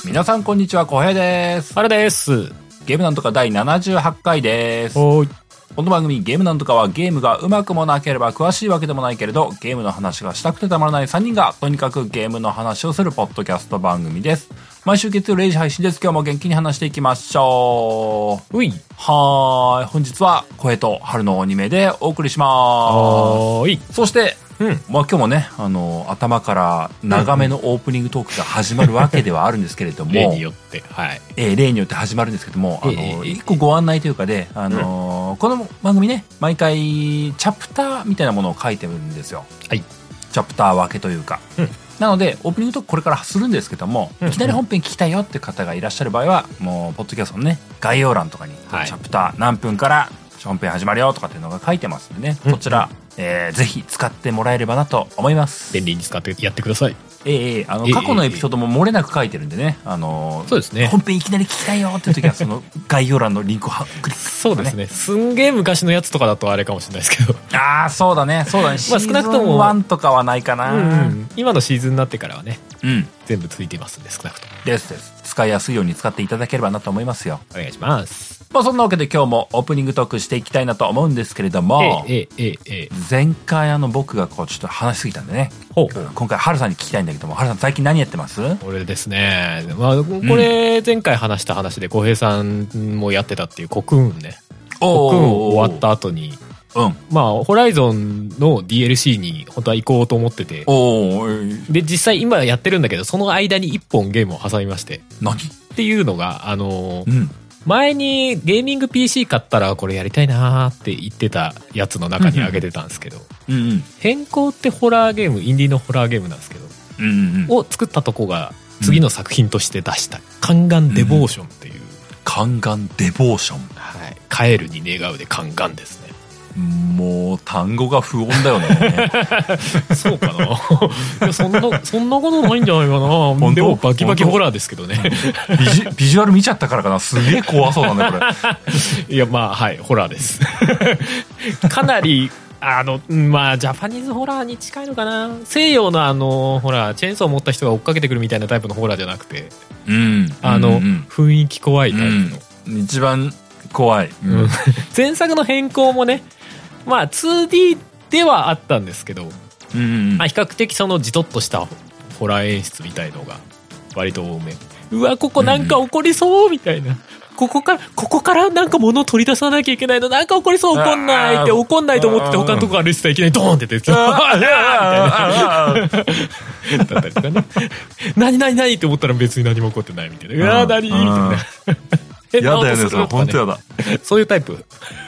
皆さんこんにちは、小平です。 あれです。 ゲームなんとか第78回です。 おーい。 この番組ゲームなんとかはゲームがうまくもなければ詳しいわけでもないけれど、ゲームの話がしたくてたまらない3人がとにかくゲームの話をするポッドキャスト番組です。毎週月曜0時配信です。今日も元気に話していきましょう。 うい。 はーい。本日は小平と春の2名でお送りしまーす。 そして、まあ今日もね、頭から長めのオープニングトークが始まるわけではあるんですけれども、 例によって、はい。 例によって始まるんですけども、一個ご案内というかで、この番組ね、毎回チャプターみたいなものを書いてるんですよ。 はい。 チャプター分けというか。なので、オープニングトークこれからするんですけども、いきなり本編聞きたいよって方がいらっしゃる場合は、もう、ポッドキャストのね、概要欄とかに、チャプター何分から本編始まるよとかっていうのが書いてますんでね、そちら、ぜひ使ってもらえればなと思います。 便利に使ってやってください。 過去のエピソードも漏れなく書いてるんでね、 そうですね。 本編いきなり聞きたいよっていう時は、その概要欄のリンクをクリック、 そうですね。すんげえ昔のやつとかだとあれかもしれないですけど。 ああ、そうだね。まあ少なくとも 1とかはないかな。 今のシーズンになってからはね、全部ついてますんで、少なくとも。 です。使いやすいように使っていただければなと思いますよ。 お願いします。 まあそんなわけで今日もオープニングトークしていきたいなと思うんですけれども、前回僕がこうちょっと話しすぎたんでね、今回春さんに聞きたいんだけども、春さん最近何やってます？ 俺ですね、まあこれ前回話した話で小平さんもやってたっていうコクーンね。コクーン終わった後に、まあホライゾンの DLC に本当は行こうと思ってて、で実際今やってるんだけど、その間に1本ゲームを挟みまして、 何っていうのが前にゲーミング PC 買ったらこれやりたいなーって言ってたやつの中にあげてたんですけど、変更ってホラーゲーム、インディーのホラーゲームなんですけど、を作ったとこが次の作品として出したカンガンデボーションっていう、 カンガンデボーション、 はい、帰るに願うでカンガンですね。 もう単語が不穏だよね。 そうかな。いやそんなことないんじゃないかな。でもバキバキホラーですけどね。 ビジュアル見ちゃったからかな。すげえ怖そうだねこれ。いやまあはい、ホラーです。かなりまあジャパニーズホラーに近いのかな。西洋のホラー、チェーンソーを持った人が追っかけてくるみたいなタイプのホラーじゃなくて、雰囲気怖いタイプの、 一番怖い。 前作の変更もね、まあ 2D ではあったんですけど、まあ比較的そのじとっとしたホラー演出みたいのが割と多め。うわ、ここなんか起こりそうみたいな。ここからなんか物を取り出さなきゃいけないの、なんか起こりそう、起こんないって、起こんないと思ってて他のとこ歩いてたらいきなりドーンって出てきた。だったりとかね。何って思ったら別に何も起こってないみたいな。うわ、何みたいな。 やだよね、それ本当やだ。 そういうタイプ。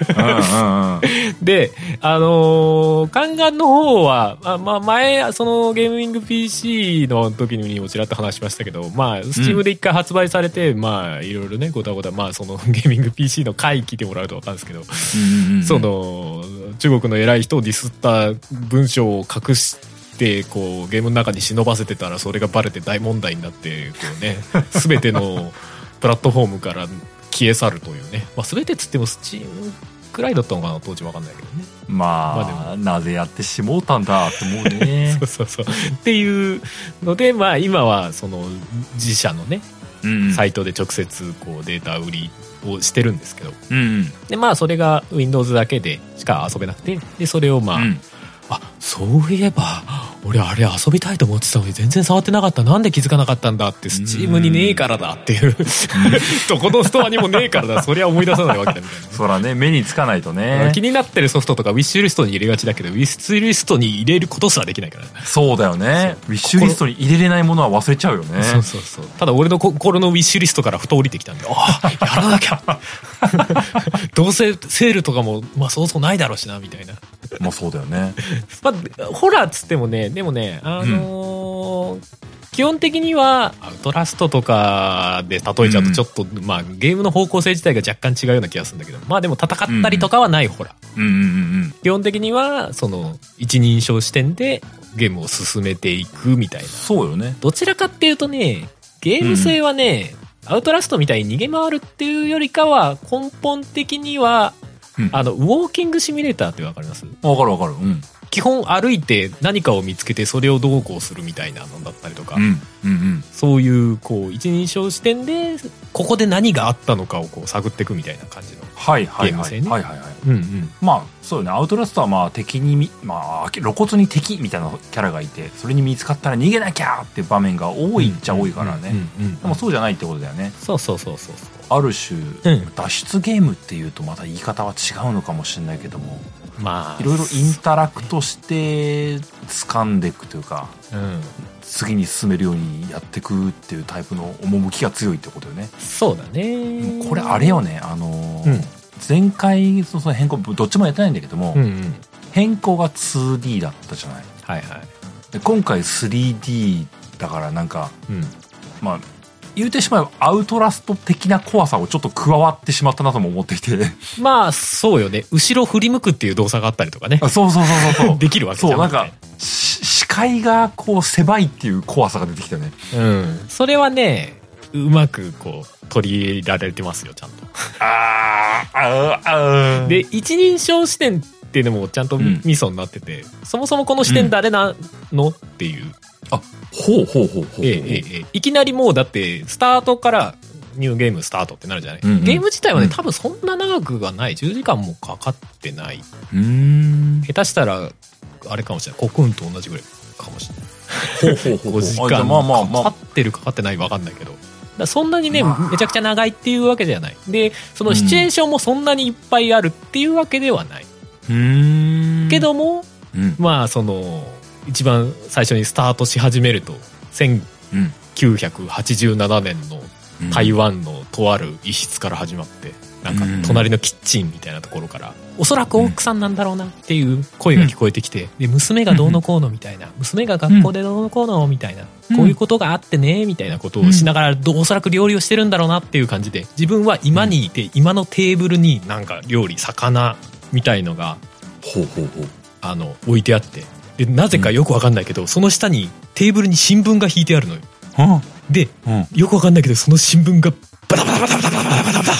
で、カンガンの方は、まあ前、そのゲーミング PC の時にもちらっと話しましたけど、まあ、スチームで一回発売されて、まあ、いろいろね、ごたごた、まあ、そのゲーミング PC の回聞いてもらうとわかるんですけど、その、中国の偉い人をディスった文章を隠して、こう、ゲームの中に忍ばせてたら、それがバレて大問題になって、こうね、すべての、プラットフォームから消え去るというね。まあ全てつってもスチームくらいだったのかな、当時わかんないけどね。 まあなぜやってしもうたんだって思うね。 そうっていうので、まあ今はその自社のね、サイトで直接こうデータ売りをしてるんですけど、でまあそれが Windows だけでしか遊べなくて、でそれをまあ、そういえば俺あれ遊びたいと思ってたのに全然触ってなかった、なんで気づかなかったんだって、スチームにねえからだっていう、どこのストアにもねえからだ、そりゃ思い出さないわけだみたいな、 そらね、目につかないとね。 気になってるソフトとかウィッシュリストに入れがちだけど、ウィッシュリストに入れることすらできないからね。 そうだよね。ウィッシュリストに入れれないものは忘れちゃうよね。 そう。ただ俺の心のウィッシュリストからふと降りてきたんで、やらなきゃ。どうせセールとかもまあそうそうないだろうしなみたいな。 まあそうだよね。 まあホラーっつってもね、でもね、基本的にはアウトラストとかで例えちゃうとちょっと、まあゲームの方向性自体が若干違うような気がするんだけど、まあでも戦ったりとかはないホラー。基本的にはその一人称視点でゲームを進めていくみたいな。 そうよね。 どちらかっていうとね、ゲーム性はね、アウトラストみたいに逃げ回るっていうよりかは根本的には、ウォーキングシミュレーターってわかります？ わかる。 基本歩いて何かを見つけてそれをどうこうするみたいなのだったりとか、そういうこう一人称視点でここで何があったのかをこう探っていくみたいな感じのゲーム性ね。 まあそうよね。アウトラストはまあ敵に露骨に敵みたいなキャラがいて、それに見つかったら逃げなきゃっていう場面が多いっちゃ多いからね。でもそうじゃないってことだよね。 そうある種、脱出ゲームっていうとまた言い方は違うのかもしれないけども、まあいろいろインタラクトして掴んでいくというか、次に進めるようにやっていくっていうタイプの趣が強いってことよね。 そうだね。 これあれよね、前回その変更どっちもやってないんだけども、変更が 2D だったじゃない。で今回 3D だからなんか、まあ言うてしまえばアウトラスト的な怖さをちょっと加わってしまったなとも思っていて、 まあそうよね。後ろ振り向くっていう動作があったりとかね。 そうできるわけじゃん。 そうなんか視界がこう狭いっていう怖さが出てきたね。 それはねうまくこう取り入れられてますよちゃんと。で一人称視点っていうのもちゃんとミソになってて、そもそもこの視点誰なのっていう。いきなりもうだってスタートからニューゲームスタートってなるじゃない。ゲーム自体はね多分そんな長くはない。10時間もかかってない。下手したらあれかもしれない。コクーンと同じぐらいかもしれない。5時間かかってるかかってない分かんないけど、だそんなにねめちゃくちゃ長いっていうわけじゃない。でそのシチュエーションもそんなにいっぱいあるっていうわけではない。けども、まあその一番最初にスタートし始めると1987年の台湾のとある一室から始まって、なんか隣のキッチンみたいなところからおそらく奥さんなんだろうなっていう声が聞こえてきて、で娘がどうのこうのみたいな、娘が学校でどうのこうのみたいな、こういうことがあってねみたいなことをしながらおそらく料理をしてるんだろうなっていう感じで、自分は今にいて今のテーブルになんか料理魚みたいのが置いてあって、でなぜかよくわかんないけど、その下にテーブルに新聞が引いてあるのよ。で、よくわかんないけどその新聞がバタバタバタバタバタバタバタ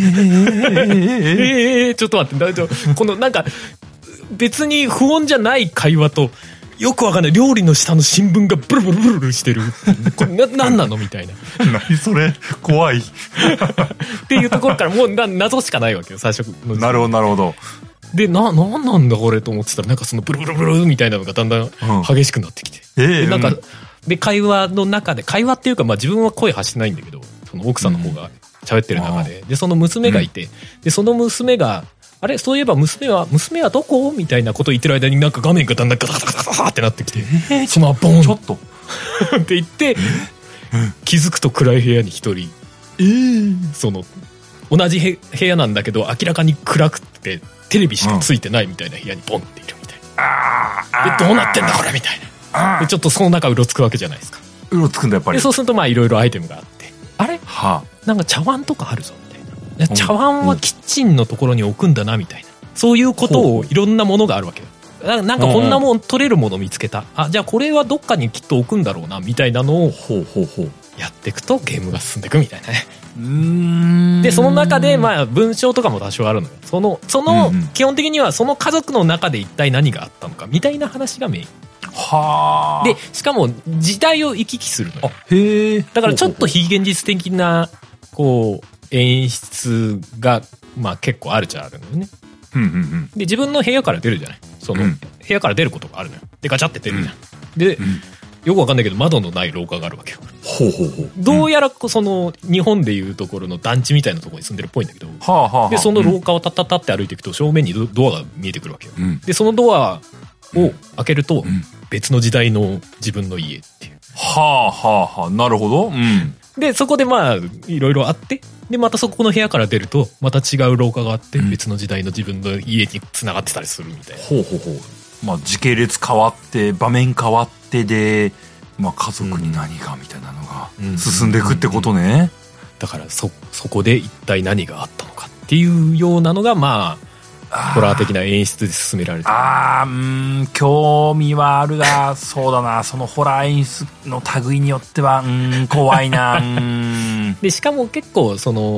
ちょっと待って、このなんか別に不穏じゃない会話と、よくわかんない料理の下の新聞がブルブルブルブルしてる、これ何なのみたいな。 何それ怖いっていうところからもう謎しかないわけよ最初の。 なるほど。 でなんなんだこれと思ってたら、なんかそのブルブルブルみたいなのがだんだん激しくなってきて、でなんかで会話の中で、会話っていうかまあ自分は声発してないんだけど、その奥さんの方が喋ってる中で、でその娘がいて、でその娘があれそういえば娘はどこみたいなことを言ってる間に、なんか画面がだんだんガタガタガタガタってなってきて、そのボンちょっとって言って気づくと暗い部屋に一人、その同じ部屋なんだけど明らかに暗くてテレビしかついてないみたいな部屋にボンっているみたいな。でどうなってんだこれみたいな。でちょっとその中うろつくわけじゃないですか。 うろつくんだやっぱり。 でそうするとまあいろいろアイテムがあって、あれ、なんか茶碗とかあるぞみたいな。茶碗はキッチンのところに置くんだなみたいな、そういうことをいろんなものがあるわけよ。なんかこんなもん取れるもの見つけた、じゃあこれはどっかにきっと置くんだろうなみたいなのをやっていくとゲームが進んでいくみたいなね。でその中でまあ文章とかも多少あるのよ。その基本的にはその家族の中で一体何があったのかみたいな話がメインで、しかも時代を行き来するのよ。だからちょっと非現実的なこう演出がまあ結構あるっちゃあるのよね。で自分の部屋から出るじゃない。その部屋から出ることがあるのよ。でガチャって出るじゃん。でよくわかんないけど窓のない廊下があるわけよ。どうやらその日本でいうところの団地みたいなところに住んでるっぽいんだけど、でその廊下をタッタッタって歩いていくと正面にドアが見えてくるわけよ。でそのドアを開けると別の時代の自分の家っていう。 なるほど。 でそこでまあいろいろあって、でまたそこの部屋から出るとまた違う廊下があって、別の時代の自分の家に繋がってたりするみたいな。 まあ時系列変わって場面変わってで、まあ家族に何がみたいなのが進んでいくってことね。 だからそこで一体何があったのかっていうようなのがまあホラー的な演出で進められてる。 興味はあるが、そうだな、そのホラー演出の類によっては怖いな。 でしかも結構その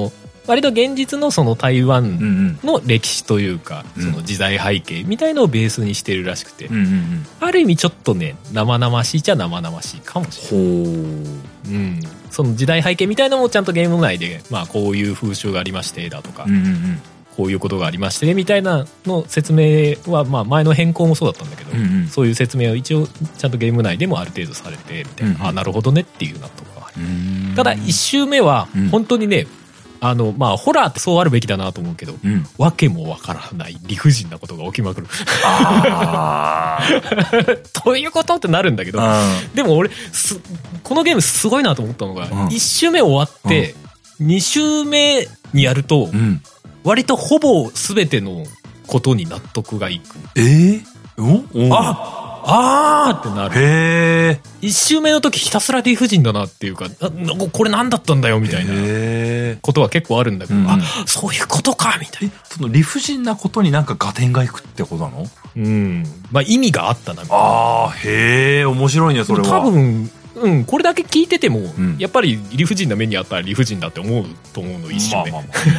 割と現実のその台湾の歴史というか、その時代背景みたいのをベースにしてるらしくて、ある意味ちょっとね生々しいっちゃ生々しいかもしれない。その時代背景みたいのもちゃんとゲーム内で、まあ、こういう風習がありましてだとか、こういうことがありましてみたいなの説明は、まあ、前の変更もそうだったんだけど、そういう説明を一応ちゃんとゲーム内でもある程度されてみたいな、あなるほどねっていう納得がある。ただ1周目は本当にね、まあホラーってそうあるべきだなと思うけど、わけもわからない理不尽なことが起きまくる。どういうことってなるんだけど、でも俺このゲームすごいなと思ったのが、1周目終わって2周目にやると、割とほぼ全てのことに納得がいく。あーってなる。 へー。 一周目の時ひたすら理不尽だなっていうか、これ何だったんだよみたいなことは結構あるんだけど、あ、そういうことかみたいな。 その理不尽なことになんか合点がいくってことなの？ まあ意味があったなみたいな。 へー、面白いねそれは。 多分これだけ聞いてても、やっぱり理不尽な目にあったら理不尽だって思うと思うの、一周目。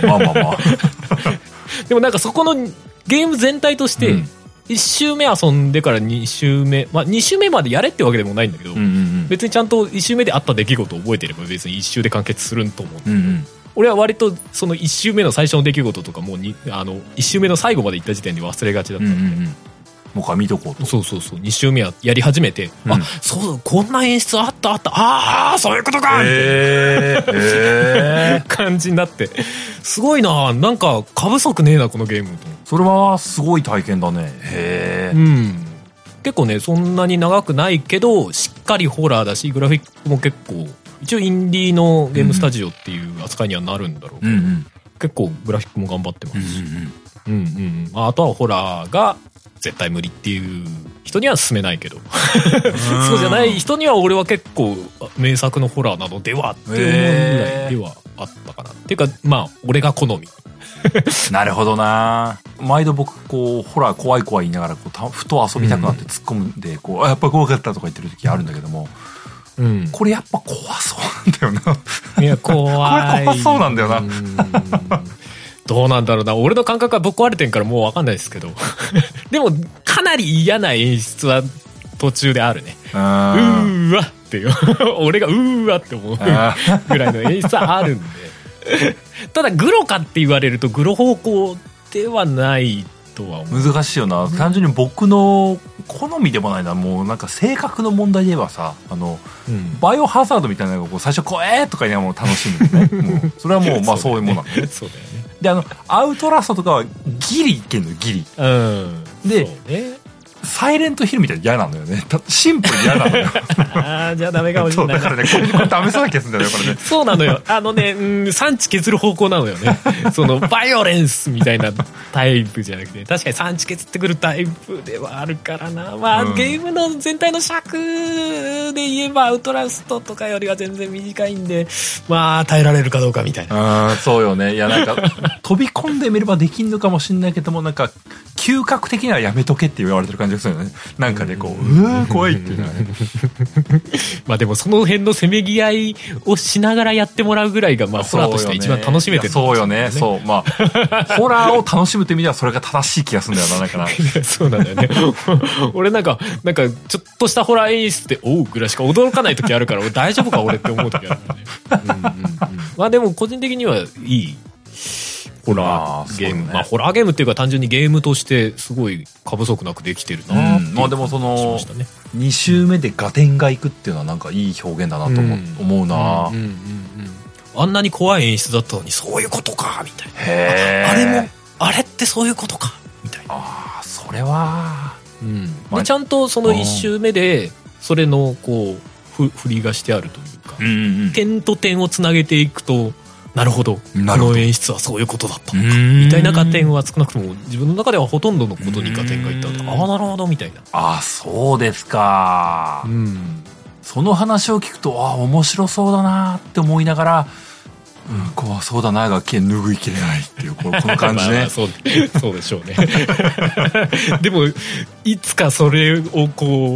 でもなんかそこのゲーム全体として、1周目遊んでから2周目、まあ2周目までやれってわけでもないんだけど、別にちゃんと1周目であった出来事を覚えてれば別に1周で完結すると思う。俺は割とその1周目の最初の出来事とかも1周目の最後まで行った時点で忘れがちだったんで、 もう一回見とこうと。 そう2周目はやり始めて、あ、そうこんな演出あったそういうことかみたいな感じになって、すごいな、なんか過不足ねえなこのゲームと。 それはすごい体験だね。へえ。 結構ねそんなに長くないけどしっかりホラーだし、グラフィックも結構一応インディーのゲームスタジオっていう扱いにはなるんだろうけど、結構グラフィックも頑張ってますし、あとはホラーが絶対無理っていう人には勧めないけどそうじゃない人には俺は結構名作のホラーなのではって思うぐらいではあったかなっていうか、まあ俺が好み。 なるほどな。毎度僕こうホラー怖い言いながらこうふと遊びたくなって突っ込んでこう、やっぱ怖かったとか言ってる時あるんだけども、これやっぱ怖そうなんだよな。 いや怖い。 これ怖そうなんだよな。 どうなんだろうな、俺の感覚はぶっ壊れてんからもう分かんないですけどでもかなり嫌な演出は途中であるね。うーわっていう俺がうーわって思うぐらいの演出はあるんでただグロかって言われるとグロ方向ではないとは思う。 難しいよな。単純に僕の好みでもないな。もうなんか性格の問題で言えばさ、バイオハザードみたいなのがこう最初怖えとかにはもう楽しむね。もうそれはもうまあそういうものなんだね。 そうだよね。 でアウトラストとかはギリいけんのギリ。で、サイレントヒルみたいに嫌なのよね。シンプルに嫌なのよ。 じゃあダメかもしれない。 だからね、これダメそうな気がするんだよね、これね。 そうなのよ。産地削る方向なのよね。そのバイオレンスみたいなタイプじゃなくて、確かに産地削ってくるタイプではあるからな。まあ、ゲームの全体の尺で言えばアウトラストとかよりは全然短いんで、まあ耐えられるかどうかみたいな。 そうよね。いやなんか飛び込んでみればできんのかもしれないけども、なんか嗅覚的にはやめとけって言われてる感じですよね。なんかねこう怖いっていうのはね。 まあでもその辺のせめぎ合いをしながらやってもらうぐらいがまあホラーとして一番楽しめてる。 そうよね。そう、まあホラーを楽しむという意味ではそれが正しい気がするんだよな。なんかな。 そうなんだよね。俺なんかちょっとしたホラー演出でおうぐらいしか驚かない時あるから、俺大丈夫か俺って思う時あるからね。まあでも個人的にはいいホラーゲーム、まあホラーゲームっていうか単純にゲームとしてすごい過不足なくできてるな。 まあでもその2周目で合点がいくっていうのはなんかいい表現だなと思うな。あんなに怖い演出だったのにそういうことかみたいな。あれってそういうことかみたいな。 それはでちゃんとその1周目でそれのこう振りがしてあるというか、点と点をつなげていくと、なるほどこの演出はそういうことだったのかみたいな合点は少なくとも自分の中ではほとんどのことに合点がいったんだ。なるほどみたいな。 そうですか。その話を聞くと面白そうだなって思いながら、怖そうだなが拭いきれないっていうこの感じね。 そうでしょうね。でもいつかそれをこう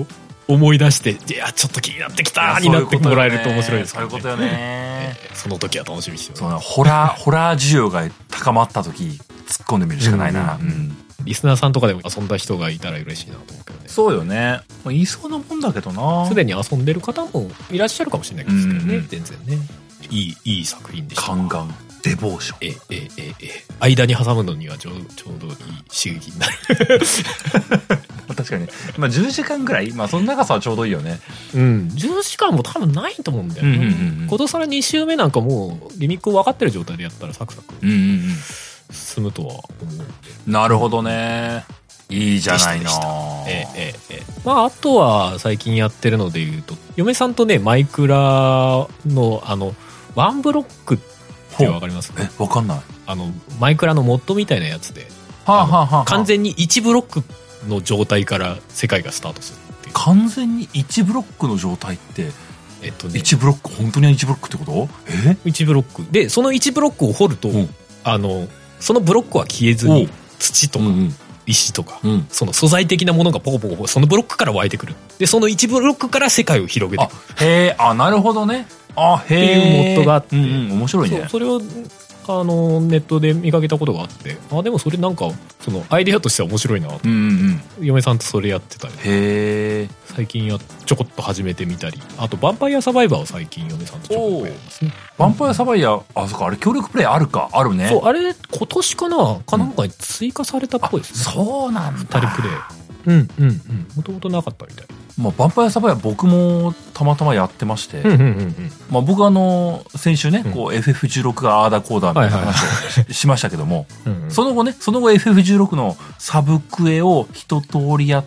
思い出していやちょっと気になってきたになってもらえると面白いですからね。 そういうことよね。 その時は楽しみにしてます。 そうな、ホラー需要が高まった時突っ込んでみるしかないな。 リスナーさんとかでも遊んだ人がいたら嬉しいなと思うけどね。 そうよね。言いそうなもんだけどな。 すでに遊んでる方もいらっしゃるかもしれないですけどね、全然ね。いい作品でした。 ガンガンデボーション。 間に挟むのにはちょうどいい刺激になる。 確かに、まあ、10時間ぐらい、まあ、その長さはちょうどいいよね。 10時間も多分ないと思うんだよね。ことさら2週目なんかもうリミック分かってる状態でやったらサクサク進むとは思うんで。なるほどね。いいじゃないの。 まああとは最近やってるので言うと、嫁さんとねマイクラのワンブロックってわかりますね。 わかんない。 マイクラのモッドみたいなやつで、完全に1ブロックの状態から世界がスタートするっていう。完全に1ブロックの状態って1ブロック、本当に1ブロックってこと？ 1ブロックで、その1ブロックを掘ると、そのブロックは消えずに土とか石とか、その素材的なものがポコポコそのブロックから湧いてくる。でその1ブロックから世界を広げてくる。 なるほどね。 っていうモッドがあって、 面白いね。 それをネットで見かけたことがあって、でもそれなんかそのアイデアとしては面白いなと、嫁さんとそれやってたり、最近ちょこっと始めてみたり、あとヴァンパイアサバイバーを最近嫁さんとちょこっとやりますね。 ヴァンパイアサバイバー、そっか、あれ協力プレイあるね。 そう、あれ今年かなんかに追加されたっぽいですね。 そうなんだ。 2人プレイもともとなかったみたい。 まあ、ヴァンパイアサバイバー僕もたまたまやってまして、まあ、僕先週ね、こう FF16 があーだこーだみたいな話をしましたけども、その後 FF16 のサブクエを一通りやって、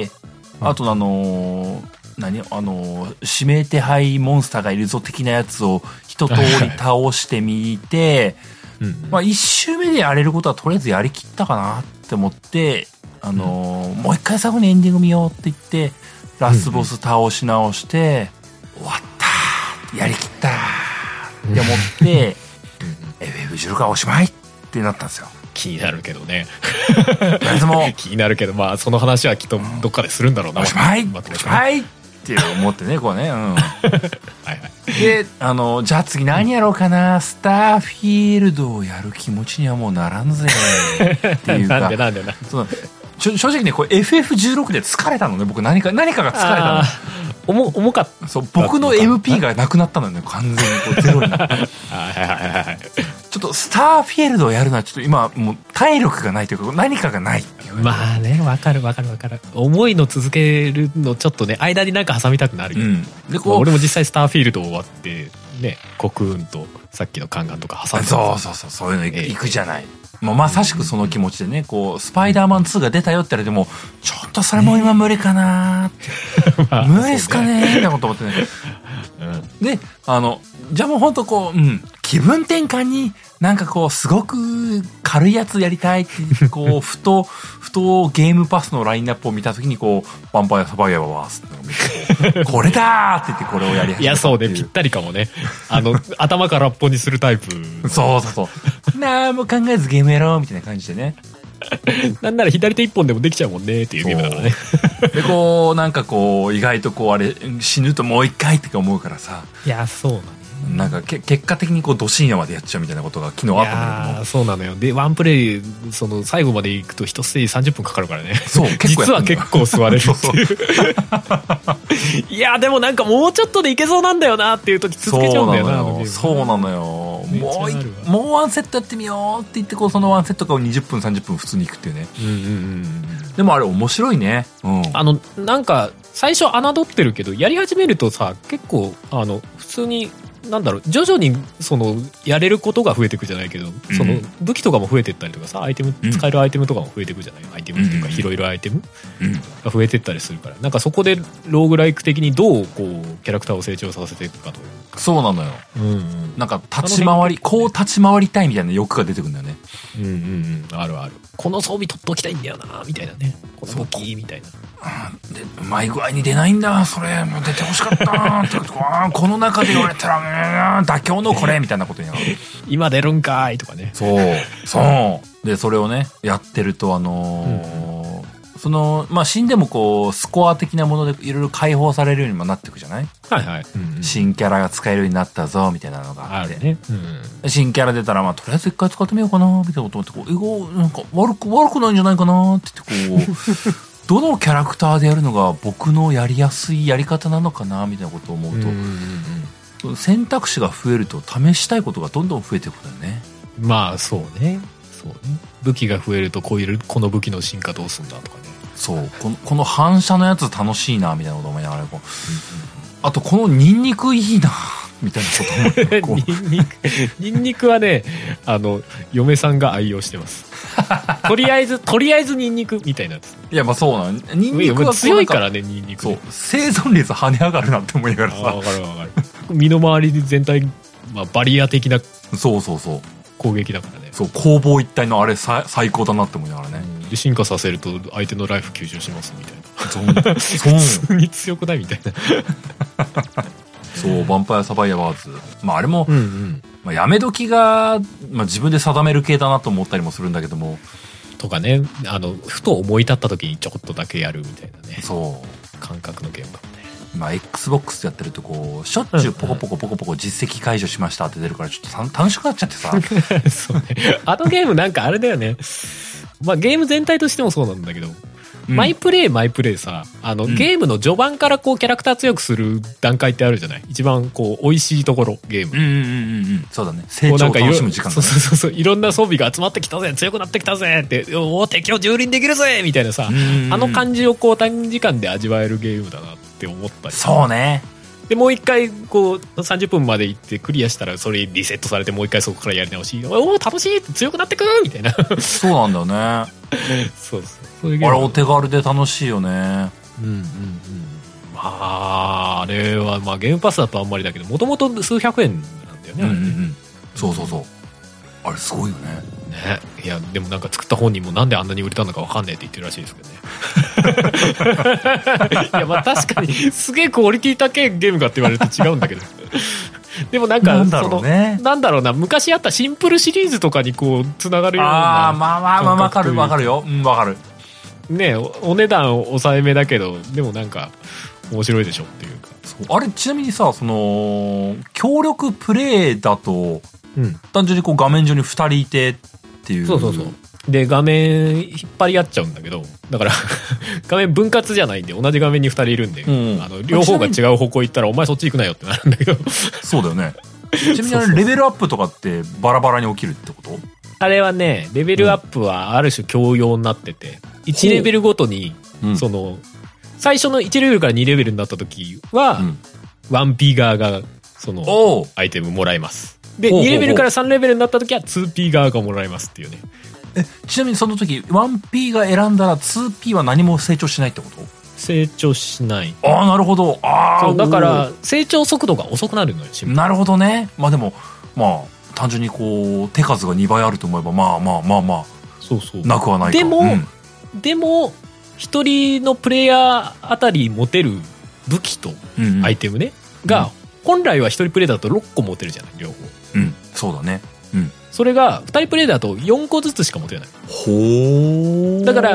あと指名手配モンスターがいるぞ的なやつを一通り倒してみて、まあ、1周目でやれることはとりあえずやりきったかなって思って、もう一回最後にエンディング見ようって言ってラスボス倒し直して、終わったやりきったって思ってFF16 はおしまいってなったんですよ。 気になるけどね。 気になるけど、まあその話はきっとどっかでするんだろうな。 おしまいって思ってね、こうね、で、じゃあ次何やろうかな、スターフィールドをやる気持ちにはもうならんぜっていうか。 なんで正直ね、これ FF16 で疲れたのね、僕何かが疲れたの。 重かった。 そう、僕の MP がなくなったのよね、完全にこうゼロになって。ちょっとスターフィールドをやるのはちょっと今もう体力がないというか何かがないっていう。 まあね、わかる。重いの続けるのちょっとね、間になんか挟みたくなるよ。でこう、俺も実際スターフィールド終わってね、コクーンとさっきのカンガンとか挟んで。 そういうの行くじゃない。もうまさしくその気持ちでね、こうスパイダーマン2が出たよって言われても、ちょっとそれも今無理かなって、無理っすかねーってこと思ってね。で、じゃあもうほんとこう、気分転換になんかこうすごく軽いやつやりたいってこうふとゲームパスのラインナップを見たときにこうヴァンパイアサバイバーはこれだーって言ってこれをやり始めた。 いやそうね、ぴったりかもね。頭からっぽにするタイプ。 そうなんも考えずゲームやろうみたいな感じでね。 なんなら左手一本でもできちゃうもんねっていうゲームだからね。 でこうなんかこう意外とこうあれ死ぬともう一回って思うからさ。 いやそうなの。 なんか結果的にこうど深夜までやっちゃうみたいなことが昨日あったんだけども。 そうなのよ。でワンプレイその最後まで行くと1ステージ30分かかるからね。 そう実は結構座れるっていういやでもなんかもうちょっとでいけそうなんだよなっていう時続けちゃうんだよな。 そうなのよ。もうワンセットやってみようって言ってこうそのワンセットかを20分30分普通に行くっていうね。でもあれ面白いね。なんか最初侮ってるけどやり始めるとさ、結構普通になんだろう、徐々にそのやれることが増えていくじゃないけど、その武器とかも増えていったりとかさ、アイテム使えるアイテムとかも増えていくじゃない。アイテムっていうか拾えるアイテムが増えていったりするから、なんかそこでローグライク的にどうこうキャラクターを成長させていくかという。 そうなのよ。なんか立ち回りたいみたいな欲が出てくるんだよね。 あるある。この装備取っときたいんだよなみたいなね。この武器みたいな。 でうまい具合に出ないんだ、それもう出てほしかったなってこの中で言われたら妥協のこれみたいなことになる。 今出るんかいとかね。 そうでそれをねやってるとその、まあ、死んでもこう、スコア的なものでいろいろ解放されるようにもなっていくじゃない？ はいはい。 新キャラが使えるようになったぞ、みたいなのがあって。 ね。 新キャラ出たら、まあ、とりあえず一回使ってみようかな、みたいなこと思って、こう、なんか悪くないんじゃないかな、って言って、こう、どのキャラクターでやるのが僕のやりやすいやり方なのかな、みたいなことを思うと、選択肢が増えると試したいことがどんどん増えてくるよね。 まあ、そうね。武器が増えるとこの武器の進化どうすんだとかね。 そう。この反射のやつ楽しいな、みたいなこと思いながら、こう、あとこのニンニクいいな、みたいなこと思って。 ニンニクはね、嫁さんが愛用してます。とりあえずニンニクみたいなやつ。 いや、まあそうなん。ニンニクは強いからね、ニンニク。 そう。生存率跳ね上がるなって思いながらさ。 わかる。身の回り全体、まあ、バリア的な。 そう。 攻撃だからね。 そう、攻防一体のあれ最高だなって思いながらね。 で、進化させると相手のライフ吸収しますみたいな。そう。普通に強くないみたいな。 そう、ヴァンパイアサバイアワーズ。まああれも、まあ、やめ時が、まあ、自分で定める系だなと思ったりもするんだけども。 とかね、ふと思い立った時にちょこっとだけやるみたいなね。 そう。 感覚のゲームだもんね。 まあ、Xbox でやってるとこう、しょっちゅうポコポコ実績解除しましたって出るからちょっと楽しくなっちゃってさ。 そうね。ゲームなんかあれだよね。まあゲーム全体としてもそうなんだけど、マイプレイさ、ゲームの序盤からこうキャラクター強くする段階ってあるじゃない？一番こう美味しいところ、ゲーム。 そうだね。成長を楽しむ時間だね。 そう。いろんな装備が集まってきたぜ、強くなってきたぜって、敵を蹂躙できるぜみたいなさ、感じをこう短時間で味わえるゲームだなって思ったり。 そうね。 でもう一回こう30分まで行ってクリアしたらそれリセットされてもう一回そこからやり直し、楽しい、強くなってくみたいな。そうなんだよね。 そうあれお手軽で楽しいよね。 まああれはまあゲームパスだとあんまりだけど、もともと数百円なんだよね、あれね。そうあれすごいよね。 いやでもなんか作った本人もなんであんなに売れたのか分かんねえって言ってるらしいですけどね。いやまあ確かにすげえクオリティ高いゲームかって言われると違うんだけど。でもなんかなんだろうな、昔あったシンプルシリーズとかにこうつながるような。 まあわかるよ。わかる。 ね、お値段抑えめだけどでもなんか面白いでしょっていうか。 あれちなみにさ、その協力プレイだと、単純にこう画面上に2人いてっていう。 そうで画面引っ張り合っちゃうんだけど、だから画面分割じゃないんで同じ画面に2人いるんで、両方が違う方向行ったらお前そっち行くなよってなるんだけど。 そうだよね。ちなみにレベルアップとかってバラバラに起きるってこと？ あれはね、レベルアップはある種共用になってて、1レベルごとに、その最初の1レベルから2レベルになった時は、1P 側がそのアイテムもらえます。で2レベルから3レベルになった時は 2P 側がもらえますっていうね。 ちなみにその時 1P が選んだら 2P は何も成長しないってこと？ 成長しない。 なるほど。 そうだから成長速度が遅くなるのよ。 なるほどね。まあでもまあ単純にこう手数が2倍あると思えばまあそうなくはないか。 でも一人のプレイヤーあたり持てる武器とアイテムね、が本来は一人プレイだと6個持てるじゃない、両方。 そうだね。 それが2人プレイだと4個ずつしか持てない。だから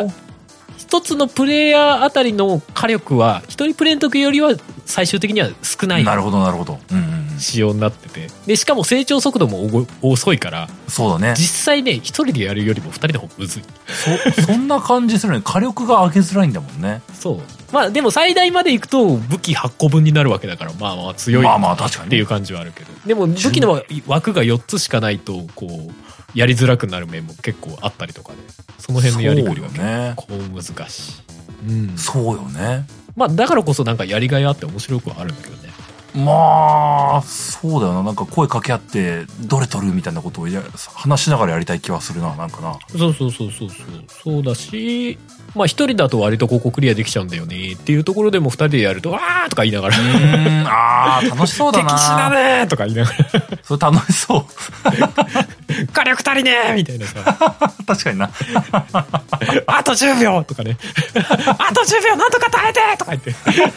1つのプレイヤーあたりの火力は1人プレイの時よりは最終的には少ない。 なるほど。 仕様になってて、でしかも成長速度も遅いから、 そうだね。 実際ね1人でやるよりも2人の方がむずい。 そんな感じするね。火力が上げづらいんだもんね。 そう。まあでも最大までいくと武器8個分になるわけだから、まあ強いっていう感じはあるけど、でも武器の枠が4つしかないとこうやりづらくなる面も結構あったりとかで、その辺のやりくりは結構難しい。 そうよね。 まあだからこそなんかやりがいあって面白くはあるんだけどね。 まあそうだよな。なんか声かけ合ってどれ取るみたいなことを話しながらやりたい気はするな。なんかな。そうだし、まあ一人だと割とここクリアできちゃうんだよねっていうところでも2人でやるとわーとか言いながら楽しそうだな。 敵死だねーとか言いながらそれ楽しそう。 火力足りねーみたいなさ。 確かにな。 あと10秒とかね。あと10秒なんとか耐えてとか言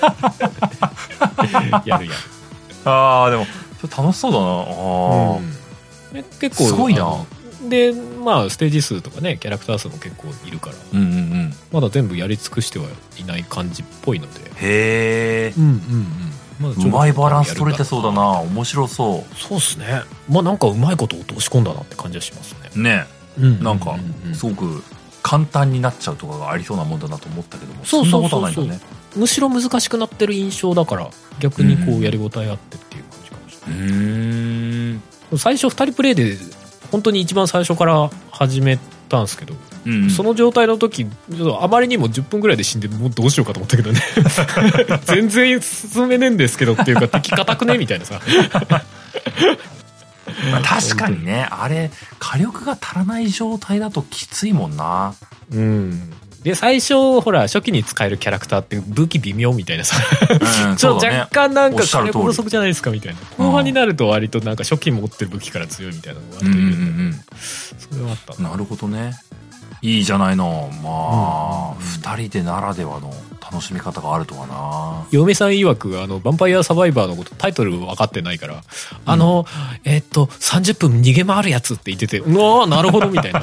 ってやる。でもそれ楽しそうだな。 結構すごいな。 でまあステージ数とかねキャラクター数も結構いるから、 うんうんうん、 まだ全部やり尽くしてはいない感じっぽいので。 へえ、 うんうんうん、まだうまいバランス取れてそうだな。面白そう。 そうっすね。まあなんかうまいこと落とし込んだなって感じはしますね。 ね、 うんうんうんうん、 なんかすごく簡単になっちゃうとかがありそうなもんだなと思ったけども、 そんなことはないんだね。 むしろ難しくなってる印象だから逆にこうやりごたえあってっていう感じかもしれない。最初2人プレイで本当に一番最初から始めたんですけど、うんうん、その状態の時あまりにも10分ぐらいで死んでもうどうしようかと思ったけどね全然進めねえんですけどっていうか敵硬くねみたいなさまあ確かにね、あれ火力が足らない状態だときついもんな。 うん。で最初ほら初期に使えるキャラクターって武器微妙みたいなさ、うん、ちょっと若干なんか火力不足じゃないですかみたいな。後半になると割となんか初期持ってる武器から強いみたいなのが割といるんで、それはあったなるほどね。いいじゃないの。まあ、2人でならではの楽しみ方があるとはな。 嫁さん曰くヴァンパイアサバイバーのことタイトル分かってないから30分逃げ回るやつって言ってて、うわーなるほどみたいな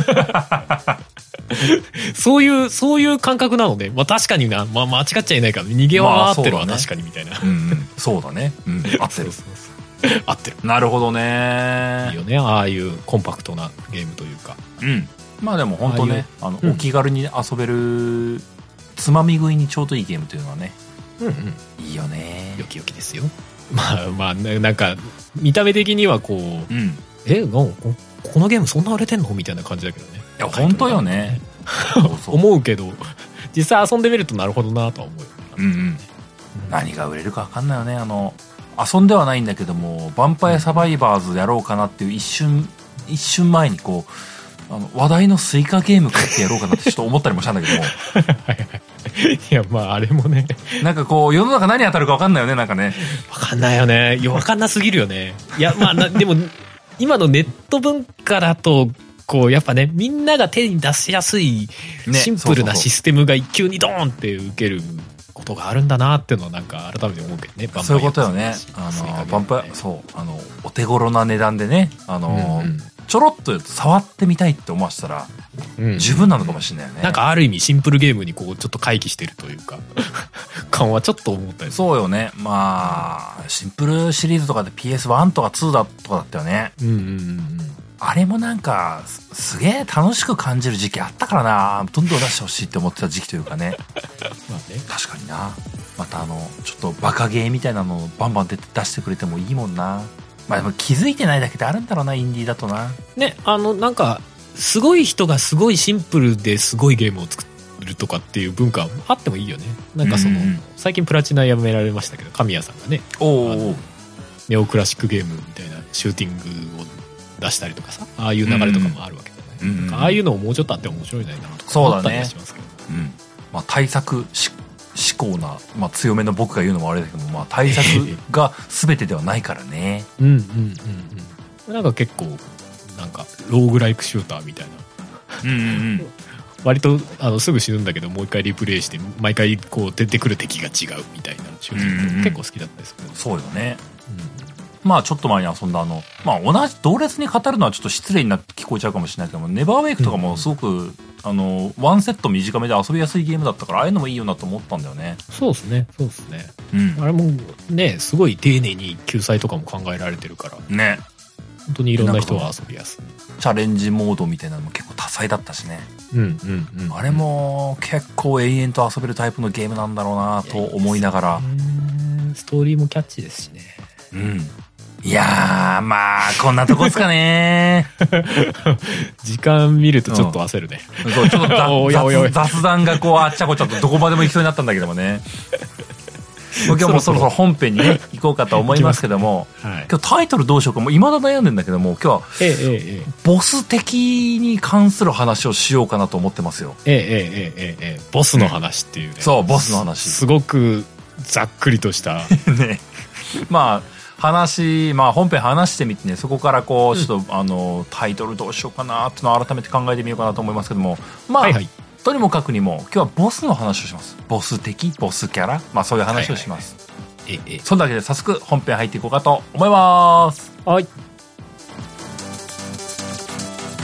そういう感覚なので、まあ確かにな、まあ間違っちゃいないから逃げ回ってるわ、確かにみたいな。 そうだね。合ってる。 合ってる。 なるほどね。 いいよね、ああいうコンパクトなゲームというか。 うん。まあでも本当ね、お気軽に遊べる、つまみ食いにちょうどいいゲームというのはね、いいよね。 よきよきですよ。まあなんか見た目的にはこう、このゲームそんな売れてんのみたいな感じだけどね。 いや本当よね。 思うけど実際遊んでみるとなるほどなとは思うよね。 何が売れるか分かんないよね。遊んではないんだけども、ヴァンパイアサバイバーズやろうかなっていう一瞬前にこう話題のスイカゲーム買ってやろうかなってちょっと思ったりもしたんだけどもいやまああれもね、 なんかこう世の中何当たるか分かんないよね。なんかね分かんないよね。分かんなすぎるよね。いやまあでも今のネット文化だとこうやっぱね、みんなが手に出しやすいシンプルなシステムが一級にドーンって受けることがあるんだなっていうのはなんか改めて思うけどね。 そういうことよね。バンパイア、そうお手頃な値段でね、ちょろっと触ってみたいって思わせたら十分なのかもしれないよね。 なんかある意味シンプルゲームにこうちょっと回帰してるというか感はちょっと思ったり。 そうよね。まあシンプルシリーズとかで PS1 とか2だとかだったよね。あれもなんかすげえ楽しく感じる時期あったからな。どんどん出してほしいって思ってた時期というかねまあね、確かにな。またちょっとバカゲーみたいなのをバンバン出してくれてもいいもんな。まあでも気づいてないだけであるんだろうな、インディーだとな。ね、 なんかすごい人がすごいシンプルですごいゲームを作るとかっていう文化あってもいいよね。なんか最近プラチナやめられましたけど、神谷さんがね、ネオクラシックゲームみたいなシューティングを出したりとかさ、ああいう流れとかもあるわけだね。ああいうのももうちょっとあって面白いなとか思ったりはしますけど。まあ対策思考な、まあ、強めの僕が言うのもあれだけども、まあ、対策が全てではないからねなんか結構なんかローグライクシューターみたいな割とすぐ死ぬんだけどもう一回リプレイして毎回こう出てくる敵が違うみたいなシューティング結構好きだったですけど、そうよね。まあちょっと前に遊んだまあ同列に語るのはちょっと失礼になって聞こえちゃうかもしれないけども、ネバーウェイクとかもすごくワンセット短めで遊びやすいゲームだったから、ああいうのもいいよなと思ったんだよね。そうですね。あれもねすごい丁寧に救済とかも考えられてるからね、本当にいろんな人が遊びやすい。チャレンジモードみたいなのも結構多彩だったしね。あれも結構永遠と遊べるタイプのゲームなんだろうなと思いながら、ストーリーもキャッチーですしね。いやーまあこんなとこですかね時間見るとちょっと焦るね、そうちょっと雑談がこうあっちゃこちゃとどこまでも行きそうになったんだけどもね今日もそろそろ本編にね行こうかと思いますけども、今日タイトルどうしようかもう未だ悩んでんだけども、今日はボス的に関する話をしようかなと思ってますよ。ボスの話っていうね、そうボスの話すごくざっくりとしたねまあ本編話してみてね、そこからこうちょっと、タイトルどうしようかなっていうのを改めて考えてみようかなと思いますけども、まあ、とにもかくにも今日はボスの話をします。ボス的ボスキャラ、まあそういう話をします。そんなわけで早速本編入っていこうかと思います。はい。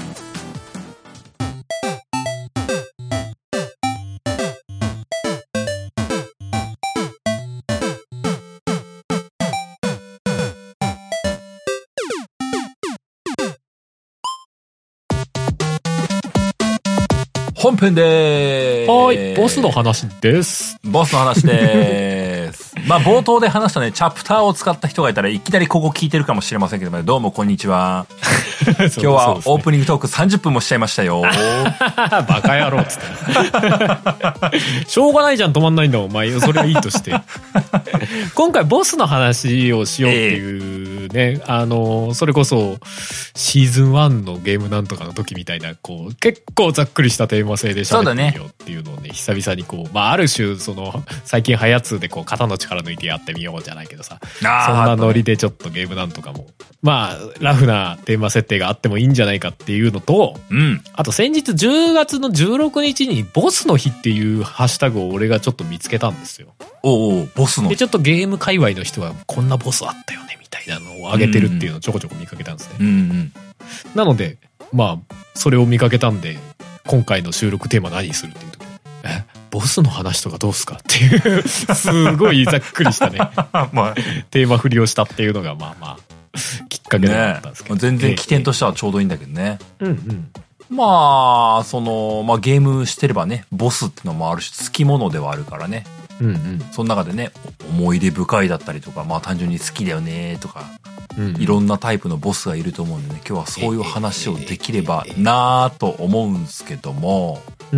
本編でーす。 はい、ボスの話です。 ボスの話でーす。まあ冒頭で話したね、チャプターを使った人がいたらいきなりここ聞いてるかもしれませんけども、どうもこんにちは。今日はオープニングトーク30分もしちゃいましたよ。 バカ野郎っつってしょうがないじゃん、止まんないんだもん。まあそれはいいとして今回ボスの話をしようっていうね、それこそシーズン1のゲームなんとかの時みたいな、こう結構ざっくりしたテーマ性で喋ってみようっていうのをね、久々にこう、まあある種その最近はやつでこう肩の力抜いてやってみようじゃないけどさ、そんなノリでちょっとゲームなんとかもまあラフなテーマ設定があってもいいんじゃないかっていうのと、あと先日10月の16日にボスの日っていうハッシュタグを俺がちょっと見つけたんですよ。 おうボスの日で、ちょっとゲーム界隈の人はこんなボスあったよねみたいなのを上げてるっていうのをちょこちょこ見かけたんですね。なのでまあそれを見かけたんで、今回の収録テーマ何するっていうと、ボスの話とかどうすかっていうすごいざっくりしたねまあ、テーマ振りをしたっていうのがまあまあきっかけだったんですけど、 全然起点としてはちょうどいいんだけどね。まあその、まあ、ゲームしてればね、ボスってのもある種つきものではあるからね。その中でね、思い出深いだったりとか、まあ単純に好きだよねとか、いろんなタイプのボスがいると思うんでね、今日はそういう話をできればなぁと思うんすけども、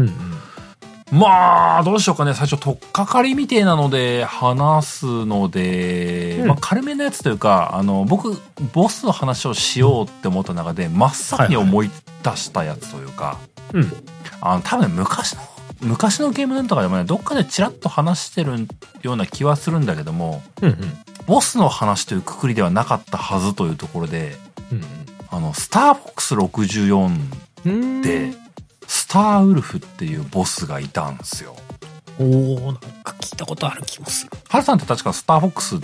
まあどうしようかね。最初取っかかりみてえなので話すので、まあ軽めのやつというか、僕ボスの話をしようって思った中で真っ先に思い出したやつというか、多分昔のゲームなんとかでもね、どっかでチラッと話してるような気はするんだけども、ボスの話というくくりではなかったはずというところで、スターフォックス64でスターウルフっていうボスがいたんですよ。 なんか聞いたことある気もする。 ハルさんって確かスターフォックス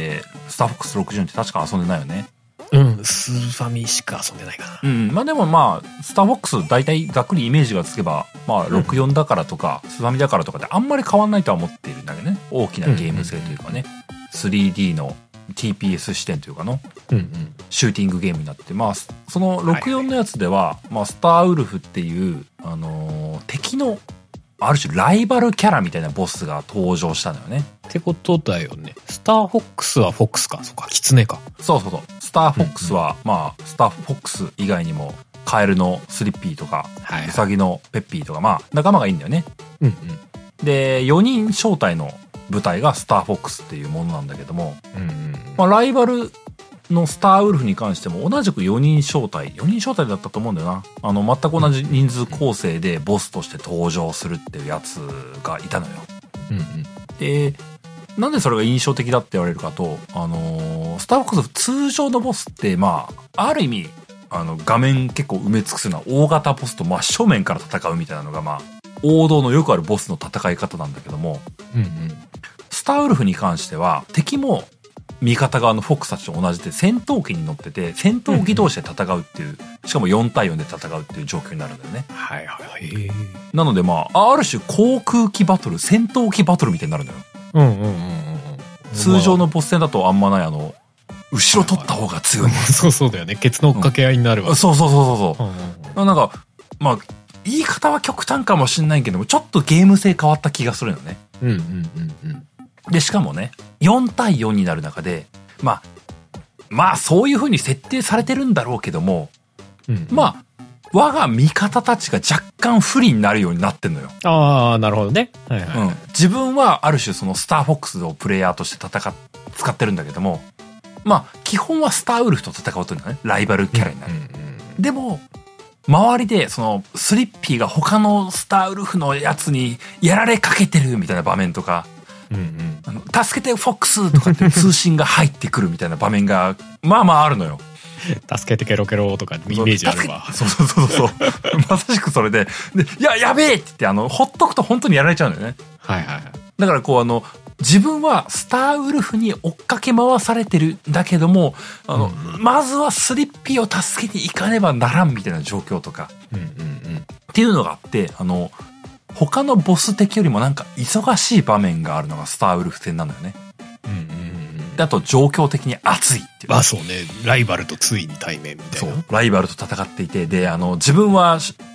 64って確か遊んでないよね。 スーファミしか遊んでないかな。 まあでもまあスターフォックス大体ざっくりイメージがつけば、まあ64だからとか、スーファミだからとかであんまり変わんないとは思っているんだけどね。大きなゲーム性というかね、3D の TPS 視点というかの、シューティングゲームになって、まあその64のやつでは、まあスターウルフっていう敵のある種ライバルキャラみたいなボスが登場したのよね。 ってことだよね。スターフォックスはフォックスか。そうか、キツネか。 そう。スターフォックスは、まあ、スターフォックス以外にも、カエルのスリッピーとか、ウサギのペッピーとか、まあ、仲間がいいんだよね。で、4人招待の舞台がスターフォックスっていうものなんだけども、まあ、ライバルのスターウルフに関しても同じく4人招待だったと思うんだよな。全く同じ人数構成でボスとして登場するっていうやつがいたのよ。で、なんでそれが印象的だって言われるかと、スターフォックス通常のボスって、まあ、ある意味、画面結構埋め尽くすような大型ボスと真正面から戦うみたいなのが、まあ、王道のよくあるボスの戦い方なんだけども、スターウルフに関しては、敵も、味方側のフォックスたちと同じで戦闘機に乗ってて、戦闘機同士で戦うっていう、しかも4対4で戦うっていう状況になるんだよね。なのでまあ、ある種航空機バトル、戦闘機バトルみたいになるんだよ。通常のボス戦だとあんまない後ろ取った方が強い。 そうだよね。ケツの追っかけ合いになるわ。 そうなんか、まあ、言い方は極端かもしれないけども、ちょっとゲーム性変わった気がするよね。で、しかもね、4対4になる中で、まあ、そういう風に設定されてるんだろうけども、まあ、我が味方たちが若干不利になるようになってんのよ。 なるほどね。 自分はある種そのスターフォックスをプレイヤーとして使ってるんだけども、まあ、基本はスターウルフと戦うというのはね、ライバルキャラになる。でも、周りでそのスリッピーが他のスターウルフのやつにやられかけてるみたいな場面とか、助けてフォックスとかって通信が入ってくるみたいな場面がまああるのよ。 助けてケロケロとかイメージあるわ。 そうまさしくそれでやべえって言ってほっとくと本当にやられちゃうんだよね。だからこう自分はスターウルフに追っかけ回されてるんだけども、まずはスリッピーを助けに行かねばならんみたいな状況とか、っていうのがあって、他のボス敵よりもなんか忙しい場面があるのがスターウルフ戦なんだよね。で、あと状況的に熱いっていう。 そうね。ライバルとついに対面みたいな。 ライバルと戦っていて、で、自分は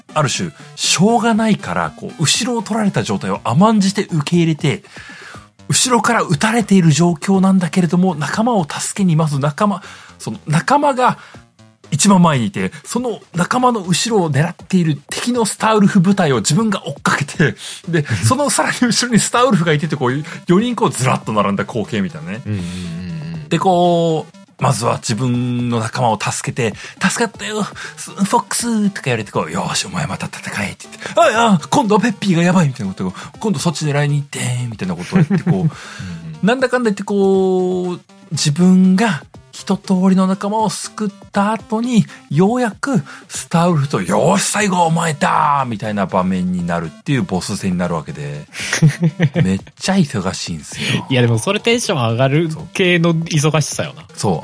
ある種、しょうがないから、こう、後ろを取られた状態を甘んじて受け入れて、後ろから撃たれている状況なんだけれども、仲間を助けにまずその仲間が一番前にいて、その仲間の後ろを狙っている敵のスターウルフ部隊を自分が追っかけて、で、そのさらに後ろにスターウルフがいてて、こう、4人こうずらっと並んだ光景みたいなね。で、こう、まずは自分の仲間を助けて、助かったよフォックスとか言われてこう、よーし、お前また戦えって言って、今度はペッピーがやばいみたいなことを、今度そっち狙いに行って、みたいなことを言ってこう、なんだかんだ言ってこう、自分が一通りの仲間を救った後に、ようやくスターウルフと、よーし、最後はお前だみたいな場面になるっていうボス戦になるわけで、めっちゃ忙しいんですよ。 いやでもそれテンション上がる系の忙しさよな。 そう、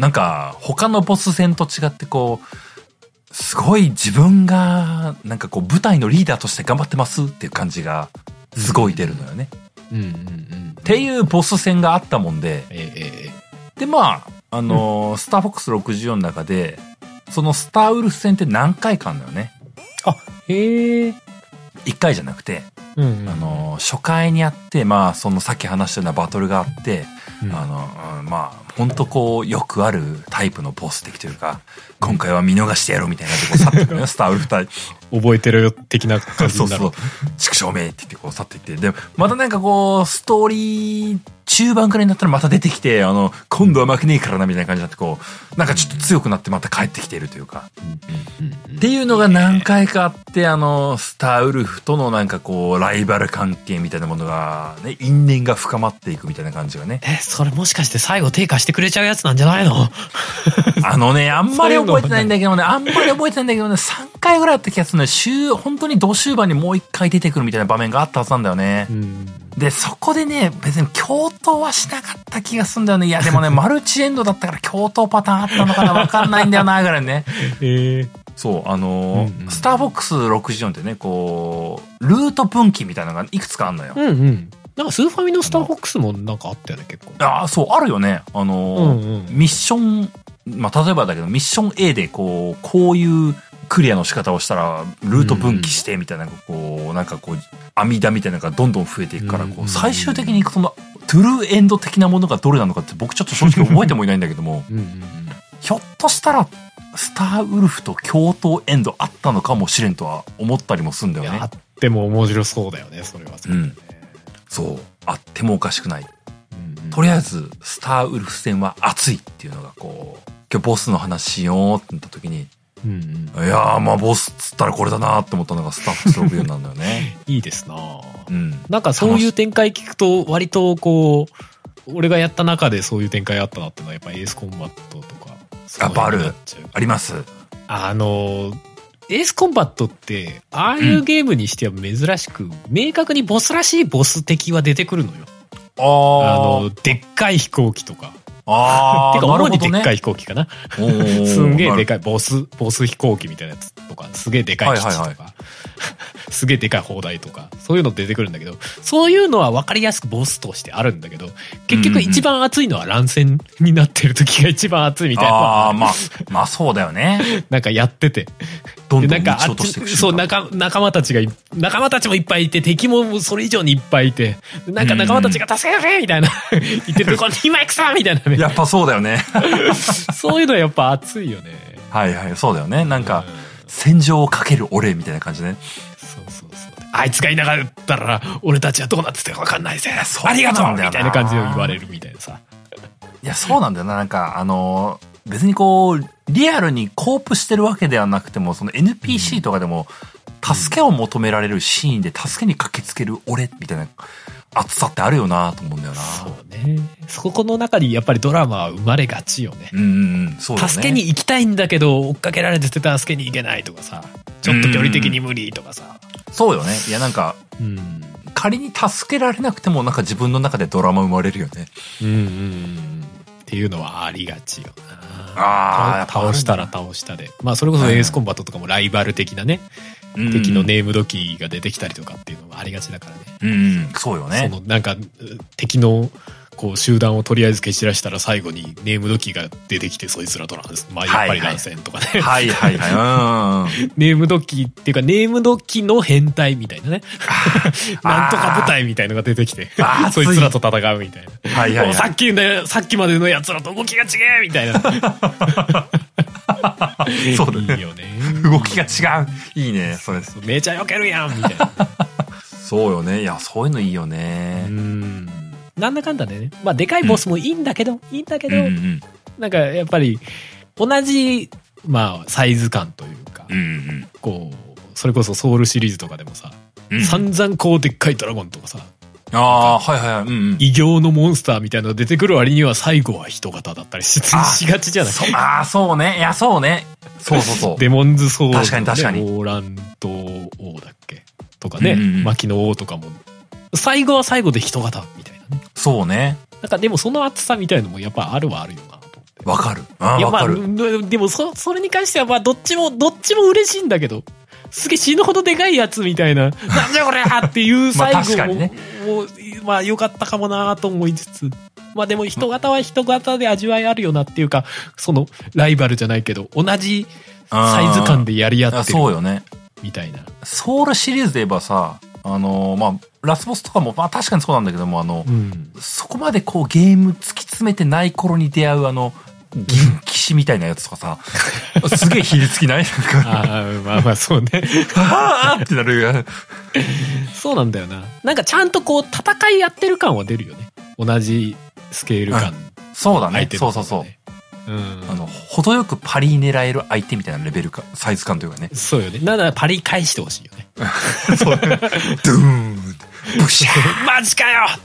なんか、他のボス戦と違ってこう、すごい自分が、なんかこう、部隊のリーダーとして頑張ってますっていう感じが、すごい出るのよね。っていうボス戦があったもんで、で、まあ、スターフォックス64の中で、そのスターウルフ戦って何回かあんのよね。 あ、へえ。 1回じゃなくて、初回にあって、まあ、そのさっき話したようなバトルがあって、まあ、ほんとこう、よくあるタイプのボス敵というか、今回は見逃してやろうみたいなとこ去ってくるよ、スターウルフ隊。 覚えてるよ、的な感じになる。 そうそう。畜生めって言ってこう去っていって。で、またなんかこう、ストーリー、中盤くらいになったらまた出てきて、今度は負けねえからなみたいな感じになってこう、なんかちょっと強くなってまた帰ってきているというか。っていうのが何回かあって、スターウルフとのなんかこう、ライバル関係みたいなものが、ね、因縁が深まっていくみたいな感じがね。 それもしかして最後手貸してくれちゃうやつなんじゃないの？ あんまり覚えてないんだけどね、3回ぐらいあった気がするね。本当に土終盤にもう1回出てくるみたいな場面があったはずなんだよね。で、そこでね、別に共闘はしなかった気がするんだよね。いや、でもね、マルチエンドだったから共闘パターンあったのかなわかんないんだよな、ぐらいね。そう、スターフォックス64ってね、こう、ルート分岐みたいなのがいくつかあんのよ。 なんかスーファミのスターフォックスもなんかあったよね、結構。 ああ、そう、あるよね。ミッション、まあ、例えばだけど、ミッション A でこういうクリアの仕方をしたら、ルート分岐してみたいな、こう、なんかこう、網田みたいなのがどんどん増えていくから、こう、最終的にその、トゥルーエンド的なものがどれなのかって僕ちょっと正直覚えてもいないんだけども、ひょっとしたら、スターウルフと共闘エンドあったのかもしれんとは思ったりもするんだよね。 あっても面白そうだよね、それは。 そう。あってもおかしくない。とりあえず、スターウルフ戦は熱いっていうのがこう、今日ボスの話しようって言った時に、いやー、まあボスっつったらこれだなって思ったのがスターフォックス64なんだよね。 いいですな。なんかそういう展開聞くと割とこう、俺がやった中でそういう展開あったなってのはやっぱエースコンバットとか。 あります。 エースコンバットって、ああいうゲームにしては珍しく、明確にボスらしいボス敵は出てくるのよ。でっかい飛行機とか。てか、主にでっかい飛行機かな。すんげえでかいボス飛行機みたいなやつとか、すげえでかい基地とか、すげえでかい砲台とか、そういうの出てくるんだけど、そういうのは分かりやすくボスとしてあるんだけど、結局一番熱いのは乱戦になってる時が一番熱いみたいな。 まあそうだよね。 なんかやってて。 どんどん撃ち落としていくし。 そう、仲間たちもいっぱいいて、敵もそれ以上にいっぱいいて、なんか仲間たちが助けてくれみたいな、言ってるところに今行くぞみたいなね。 やっぱそうだよね。 そういうのはやっぱ熱いよね。 はいはい、そうだよね。なんか、戦場をかける俺みたいな感じね。 そう。あいつがいなかったら、俺たちはどうなってたか分かんないぜ。ありがとうみたいな感じで言われるみたいなさ。 いや、そうなんだよな。なんか、別にこう、リアルにコープしてるわけではなくても、その NPC とかでも、助けを求められるシーンで助けに駆けつける俺みたいな熱さってあるよなと思うんだよな。 そうね。そこの中にやっぱりドラマは生まれがちよね。 そうだね。 助けに行きたいんだけど、追っかけられて助けに行けないとかさ、ちょっと距離的に無理とかさ。 そうよね。いやなんか、仮に助けられなくてもなんか自分の中でドラマ生まれるよね。 っていうのはありがちよな。倒したら倒したで。まあそれこそエースコンバットとかもライバル的なね、敵のネームドキーが出てきたりとかっていうのはありがちだからね。 そうよね。 そのなんか敵のこう集団をとりあえず蹴散らしたら最後にネームドキが出てきてそいつらとやっぱり乱戦とかね。 はいはいはい。 ネームドキっていうかネームドキの変態みたいなね。なんとか部隊みたいのが出てきて、そいつらと戦うみたいな。はいはいはい。さっきまでのやつらと動きが違えみたいな。 そうだね。 いいよね。 動きが違う。いいね、それ。 めちゃ避けるやんみたいな。 そうよね。いや、そういうのいいよね。 なんだかんだでね。まあ、でかいボスもいいんだけど、なんかやっぱり、同じ、まあ、サイズ感というか、こう、それこそソウルシリーズとかでもさ、散々こうでっかいドラゴンとかさ、 はいはい。 異形のモンスターみたいなの出てくる割には最後は人型だったりしがちじゃない？ そうね。いや、そうね。そう。 デモンズソード、ね、 確かに。 オーランド王だっけとかね、牧野王とかも、最後は最後で人型みたいなね。 そうね。 なんかでもその厚さみたいのもやっぱあるはあるよなと思って。 わかる。 いやまあ、でもそれに関してはまあどっちも嬉しいんだけど、すげえ死ぬほどでかいやつみたいな、なんじゃこれっていう最後も、ね、まあ良かったかもなと思いつつ、まあでも人型は人型で味わいあるよなっていうか、そのライバルじゃないけど同じサイズ感でやり合ってる。 そうよね。 みたいな。 ソウルシリーズで言えばさ、まあ、ラスボスとかも、まあ確かにそうなんだけども、そこまでこうゲーム突き詰めてない頃に出会う銀騎士みたいなやつとかさ、すげえひりつきない？ まあそうね。 はぁってなるよ。 そうなんだよな。なんかちゃんとこう戦いやってる感は出るよね。同じスケール感。 そうだね。そう。程よくパリ狙える相手みたいなレベルか、サイズ感というかね。 そうよね。だからパリ返してほしいよね。 そう。ドゥーンブシャーマジかよって。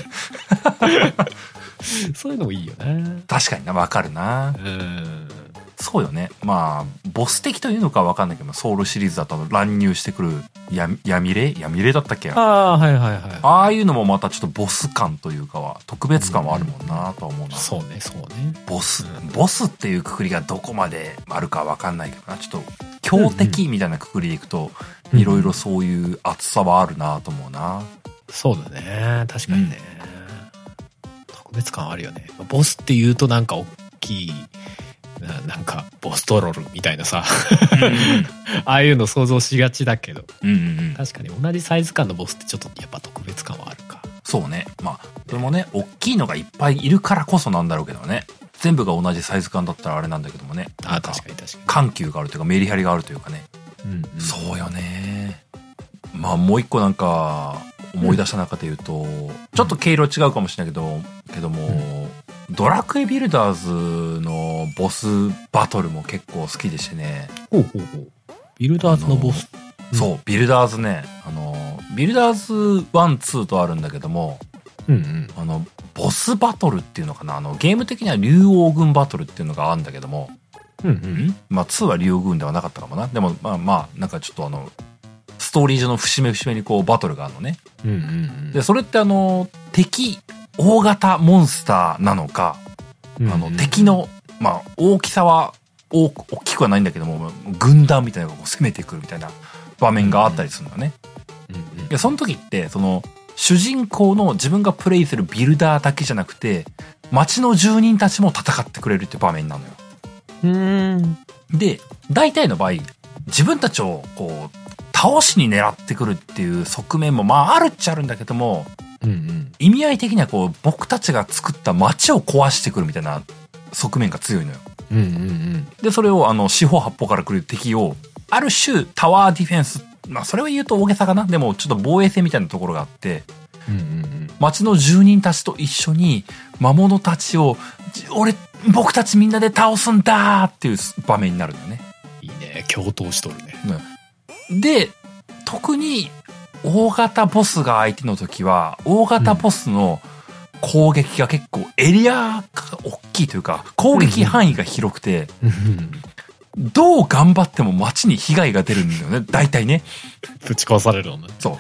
そういうのもいいよな。 確かにな、わかるな。そうよね。まあ、ボス敵というのかわかんないけど、ソウルシリーズだと乱入してくる闇霊だったっけ？ はい。 ああいうのもまたちょっとボス感というかは、特別感はあるもんなとは思うな。 そうね。 ボスっていうくくりがどこまであるかわかんないけどな。ちょっと、強敵みたいなくくりでいくと、いろいろそういう厚さはあるなと思うな。 そうだね。確かにね。特別感あるよね。ボスって言うとなんか大きい、なんかボストロールみたいなさ、ああいうの想像しがちだけど、確かに同じサイズ感のボスってちょっとやっぱ特別感はあるか。 そうね。まあでもね、大きいのがいっぱいいるからこそなんだろうけどね。全部が同じサイズ感だったらあれなんだけどもね。 確かに。 緩急があるというかメリハリがあるというかね。そうよね。まあもう一個なんか思い出した中で言うと、ちょっと毛色違うかもしれないけども、ドラクエビルダーズのボスバトルも結構好きでしてね。 ビルダーズのボス、 そう、ビルダーズね。ビルダーズ1、2とあるんだけども、ボスバトルっていうのかな、ゲーム的には竜王軍バトルっていうのがあるんだけども、まあ2は竜王軍ではなかったかもな。でもまあなんかちょっとストーリー上の節目節目にこうバトルがあるのね。で、それって敵、大型モンスターなのか、敵の、まあ大きさは大きくはないんだけども、軍団みたいなのがこう攻めてくるみたいな場面があったりするのね。で、その時って、主人公の自分がプレイするビルダーだけじゃなくて、街の住人たちも戦ってくれるって場面なのよ。で、大体の場合、自分たちをこう、倒しに狙ってくるっていう側面もまああるっちゃあるんだけども、意味合い的にはこう、僕たちが作った街を壊してくるみたいな側面が強いのよ。で、それを四方八方から来る敵を、ある種タワーディフェンス、まあそれを言うと大げさかな。でもちょっと防衛戦みたいなところがあって、街の住人たちと一緒に魔物たちを僕たちみんなで倒すんだっていう場面になるんだよね。 いいね、共闘しとるね。 で、特に大型ボスが相手の時は、大型ボスの攻撃が結構エリアが大きいというか、攻撃範囲が広くて、どう頑張っても街に被害が出るんだよね、大体ね。 ぶち壊されるのね。 そう。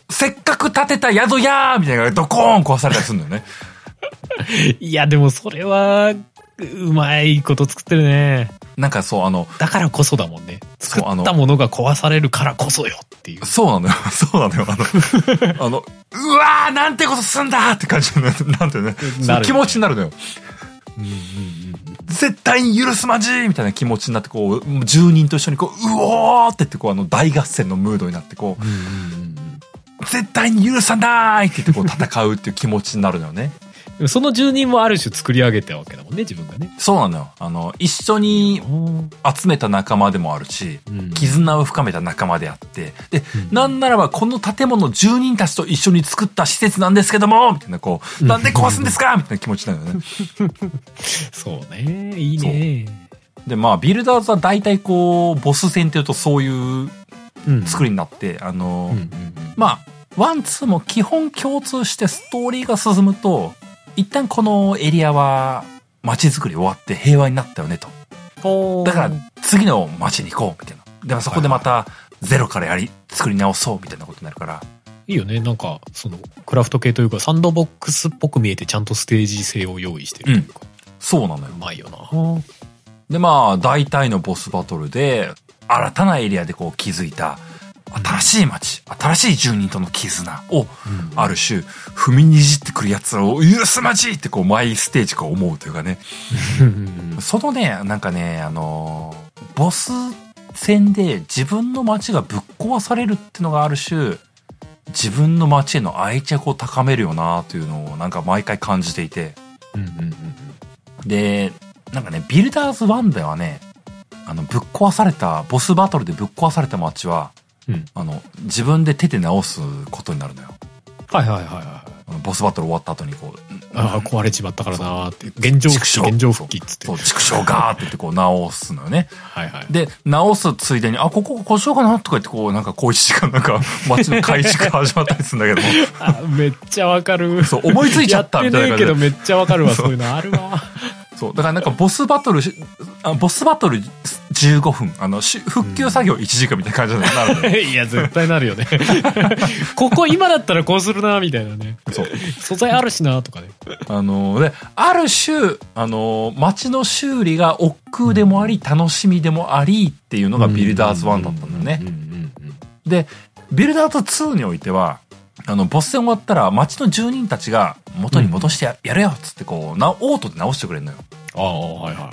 せっかく建てた宿やーみたいなのがドコーン壊されたりするんだよね。 いや、でもそれは、 うまいこと作ってるね。 なんかそう、 だからこそだもんね。作ったものが壊されるからこそよっていう。 そうなのよ。そうなのよ。うわーなんてことすんだって感じなんていうね。気持ちになるのよ。絶対に許すまじみたいな気持ちになって、こう、住人と一緒にこう、うおーって言って、こう、大合戦のムードになって、こう、絶対に許さないって言って、こう、戦うっていう気持ちになるのよね。 その住人もある種作り上げたわけだもんね、自分がね。 そうなのよ。一緒に集めた仲間でもあるし、絆を深めた仲間であって、で、なんならばこの建物住人たちと一緒に作った施設なんですけども、みたいなこう、なんで壊すんですかみたいな気持ちなのよね。 そうね、いいね。 で、まあ、ビルダーズは大体こう、ボス戦っていうとそういう作りになって、まあ、ワン、ツーも基本共通してストーリーが進むと、一旦このエリアは街づくり終わって平和になったよねと。だから次の街に行こうみたいな。でもそこでまたゼロから作り直そうみたいなことになるから。 いいよね。なんか、クラフト系というかサンドボックスっぽく見えてちゃんとステージ性を用意してるというか。 そうなのよ。 うまいよな。 で、まあ、大体のボスバトルで、新たなエリアでこう築いた、新しい街、新しい住人との絆を、ある種、踏みにじってくる奴を許すまじってこう、毎ステージか思うというかね。そのね、なんかね、ボス戦で自分の街がぶっ壊されるってのがある種、自分の街への愛着を高めるよなというのをなんか毎回感じていて。で、なんかね、ビルダーズ1ではね、ぶっ壊された、ボスバトルでぶっ壊された街は、自分で手で直すことになるのよ。 はいはいはいはい。 ボスバトル終わった後にこう。 壊れちまったからなーって。現状復帰っつって。 そう、畜生がーって言ってこう直すのよね。 はいはい。 で、直すついでに、ここしようかなとか言ってこう、なんかこう1時間なんか街の改築始まったりするんだけども。 めっちゃわかる。 そう、思いついちゃったみたいな感じで。 やってねえけどめっちゃわかるわ、そういうのあるわ。 そう。だからなんかボスバトル15分。復旧作業1時間みたいな感じになるね。 いや、絶対なるよね。ここ今だったらこうするな、みたいなね。そう。素材あるしな、とかね。 で、ある種、街の修理が億劫でもあり、楽しみでもありっていうのがビルダーズ1だったんだよね。で、ビルダーズ2においては、ボス戦終わったら街の住人たちが元に戻してやれよっつってこう、オートで直してくれるのよ。 ああ、はいはい。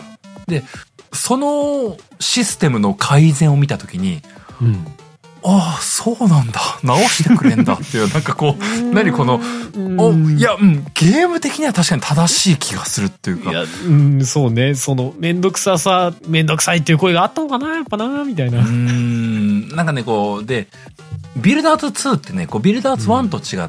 で、そのシステムの改善を見たときに、ああ、そうなんだ。直してくれんだっていう、なんかこう、何この、いや、ゲーム的には確かに正しい気がするっていうか。 いや、そうね。めんどくさいっていう声があったのかなやっぱなみたいな。 なんかね、こう、で、ビルダーズ2ってね、こうビルダーズ1と違って、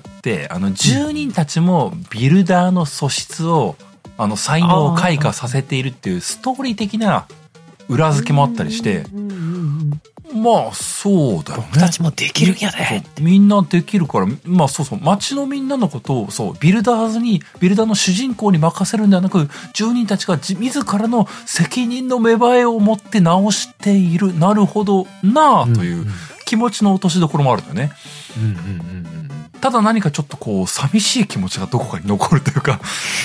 住人たちもビルダーの素質を、才能を開花させているっていうストーリー的な裏付けもあったりして、まあ、そうだよね。 僕たちもできるんやで。 みんなできるから、まあそうそう、街のみんなのことを、そう、ビルダーの主人公に任せるんではなく、住人たちが自らの責任の芽生えを持って直している、なるほどなあという気持ちの落としどころもあるんだよね。ただ何かちょっとこう、寂しい気持ちがどこかに残るというか、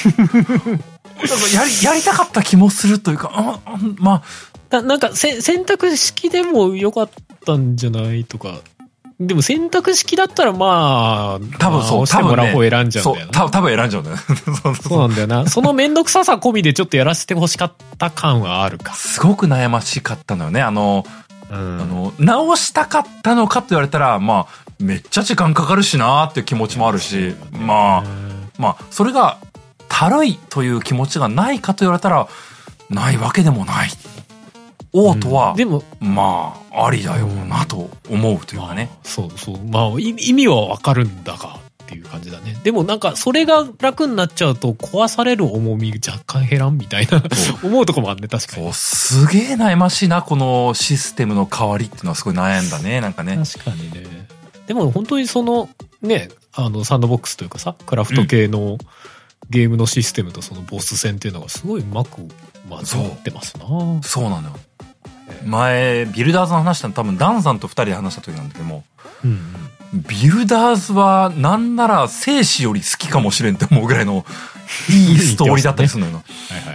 やりたかった気もするというか、まあ、 なんか選択式でもよかったんじゃないとか。でも選択式だったらまあ、 多分そう、 押してもらう方選んじゃうんだよな。 そう、多分選んじゃうんだよね。 そうなんだよな。そのめんどくささ込みでちょっとやらせてほしかった感はあるか。 すごく悩ましかったのよね。直したかったのかって言われたら、まあ、めっちゃ時間かかるしなーっていう気持ちもあるし、まあ、それが、たるいという気持ちがないかと言われたら、ないわけでもない。オートは、でも、まあ、ありだよなと思うというかね。 そうそう。まあ、意味はわかるんだが、っていう感じだね。でもなんか、それが楽になっちゃうと、壊される重み若干減らんみたいな、思うとこもあるね、確かに。そう、 すげえ悩ましいな、このシステムの変わりっていうのはすごい悩んだね、なんかね。 確かにね。でも本当にね、サンドボックスというかさ、クラフト系の、ゲームのシステムとそのボス戦っていうのがすごいうまく混ざってますな。 そうなのよ。前ビルダーズの話したの多分ダンさんと2人で話した時なんだけども、ビルダーズはなんなら生死より好きかもしれんって思うぐらいのいいストーリーだったりするのよ。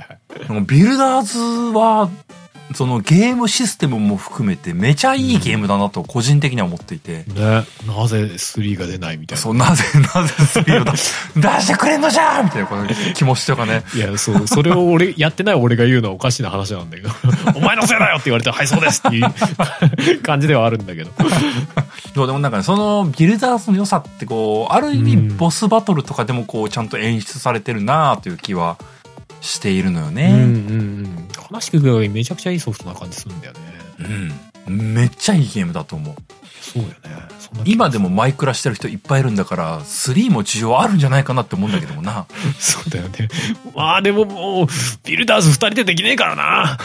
ビルダーズは、そのゲームシステムも含めてめちゃいいゲームだなと個人的には思っていて。 ね。なぜ3が出ないみたいな。 そう、なぜ3を出してくれんのじゃんみたいなこの気持ちとかね。 いや、そう、それをやってない俺が言うのはおかしな話なんだけど、お前のせいだよって言われて、はい、そうですっていう感じではあるんだけど。 そう、でもなんかね、そのビルダーズの良さってこう、ある意味ボスバトルとかでもこう、ちゃんと演出されてるなという気はしているのよね。 話聞くよりめちゃくちゃいいソフトな感じするんだよね。めっちゃいいゲームだと思う。 そうよね。 今でもマイクラしてる人いっぱいいるんだから、3も需要あるんじゃないかなって思うんだけどもな。 そうだよね。まあでももう、ビルダーズ2人でできねえからな。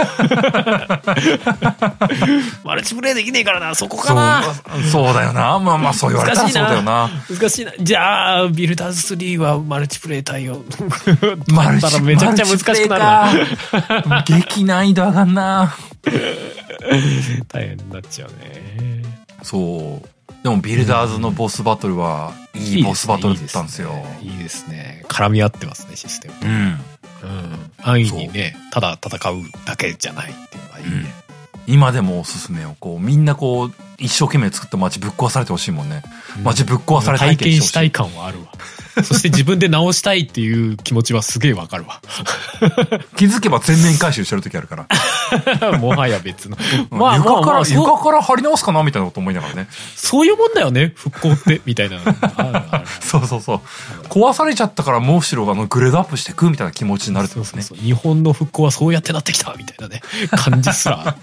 マルチプレイできねえからな、そこかな。 そうだよな。まあまあそう言われたらそうだよな。 難しいな。じゃあ、ビルダーズ3はマルチプレイ対応。マルチプレイめちゃくちゃ難しくなるな。 激難易度上がんな。 大変になっちゃうね。 そう。でもビルダーズのボスバトルはいいボスバトルだったんですよ。 いいですね。絡み合ってますね、システム。安易にね、ただ戦うだけじゃないっていうのがいいね。 今でもおすすめをこうみんなこう一生懸命作った街ぶっ壊されてほしいもんね。街ぶっ壊され体験したい感はあるわ。そして自分で直したいっていう気持ちはすげえわかるわ。 気づけば全面回収してる時あるから。 もはや別の。 まあ床から張り直すかなみたいなこと思いながらね。 そういうもんだよね、復興って、みたいな。 そうそうそう。壊されちゃったからもうしろグレードアップしていくみたいな気持ちになるってことですね。 日本の復興はそうやってなってきたみたいなね、感じすら。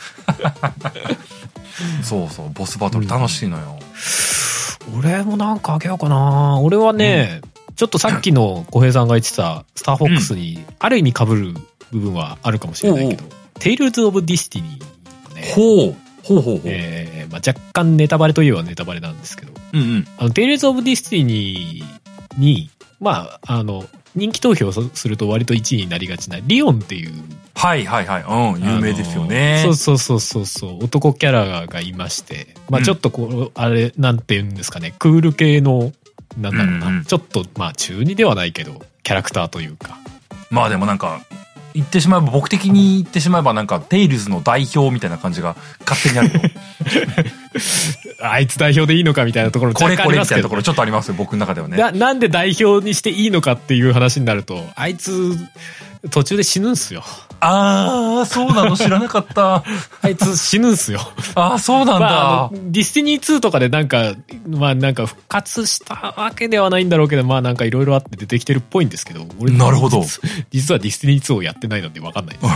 そうそう、ボスバトル楽しいのよ。 俺もなんかあげようかな。俺はね、ちょっとさっきの小平さんが言ってたスターフォックスにある意味被る部分はあるかもしれないけど、テイルズ・オブ・ディスティニーね。ほう。まあ、若干ネタバレといえばネタバレなんですけど、テイルズ・オブ・ディスティニーに、まあ、人気投票すると割と1位になりがちなリオンっていう。 はい。有名ですよね。 そう。男キャラがいまして、まあちょっとこう、あれ、なんて言うんですかね、クール系の、なんだろうな、ちょっと、まあ中二ではないけど、キャラクターというか。 まあでもなんか、言ってしまえば、僕的に言ってしまえばなんか、テイルズの代表みたいな感じが勝手にあるよ。 あいつ代表でいいのかみたいなところこれみたいなところちょっとありますよ、僕の中ではね。 なんで代表にしていいのかっていう話になると、あいつ、途中で死ぬんすよ。 ああ、そうなの知らなかった。 あいつ死ぬんすよ。 ああ、そうなんだ。 まあ、ディスティニー2とかでなんか、まあなんか復活したわけではないんだろうけど、まあなんかいろいろあって出てきてるっぽいんですけど、俺なるほど。 実はディスティニー2をやってないのでわかんないです。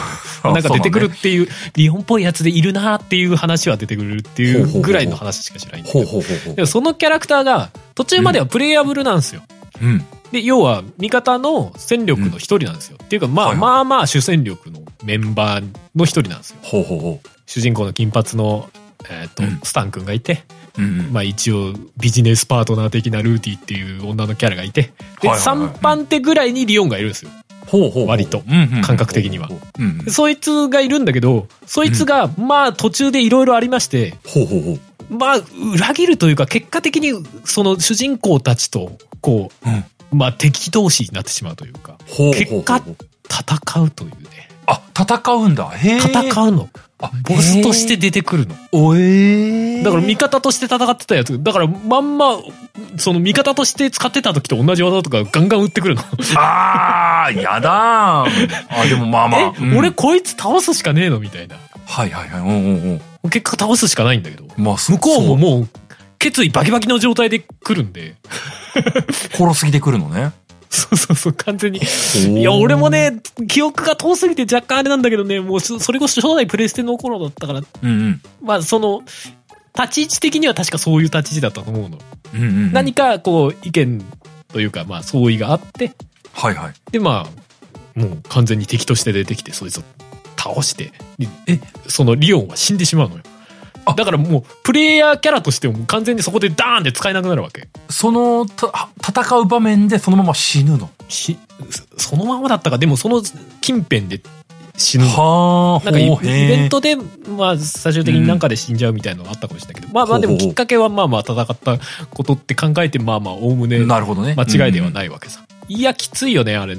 なんか出てくるっていう、日本っぽいやつでいるなーっていう話は出てくるっていうぐらいの話しか知らないんだけど、でもそのキャラクターが途中まではプレイヤブルなんですよ。で、要は、味方の戦力の一人なんですよ。っていうか、まあ主戦力のメンバーの一人なんですよ。主人公の金髪の、スタン君がいて、まあ一応、ビジネスパートナー的なルーティっていう女のキャラがいて、で、3番手ぐらいにリオンがいるんですよ。割と、感覚的には。そいつがいるんだけど、そいつが、まあ途中でいろいろありまして、まあ、裏切るというか、結果的に、その主人公たちと、こう、まあ敵同士になってしまうというか、結果、戦うというね。 あ、戦うんだ。 戦うの。ボスとして出てくるの。だから味方として戦ってたやつ。だからまんま、その味方として使ってた時と同じ技とかガンガン打ってくるの。 あー、やだー。でもまあまあ。 俺こいつ倒すしかねえのみたいな。結果倒すしかないんだけど。まあ、向こうももう、決意バキバキの状態で来るんで。 殺すぎて来るのね。 そう、完全に。いや、俺もね、記憶が遠すぎて若干あれなんだけどね、もうそれこそ初代プレステの頃だったから、まあ、その、立ち位置的には確かそういう立ち位置だったと思うの。何か、こう、意見というか、まあ、相違があって、で、まあ、もう完全に敵として出てきて、そいつを倒して、そのリオンは死んでしまうのよ。だからもう、プレイヤーキャラとしても完全にそこでダーンって使えなくなるわけ。 その、戦う場面でそのまま死ぬの？ そのままだったか、でもその近辺で死ぬの。なんかイベントで、まあ最終的になんかで死んじゃうみたいなのがあったかもしれないけど、まあでもきっかけはまあ戦ったことって考えて、まあおおむね、間違いではないわけさ。いや、きついよね、あれね。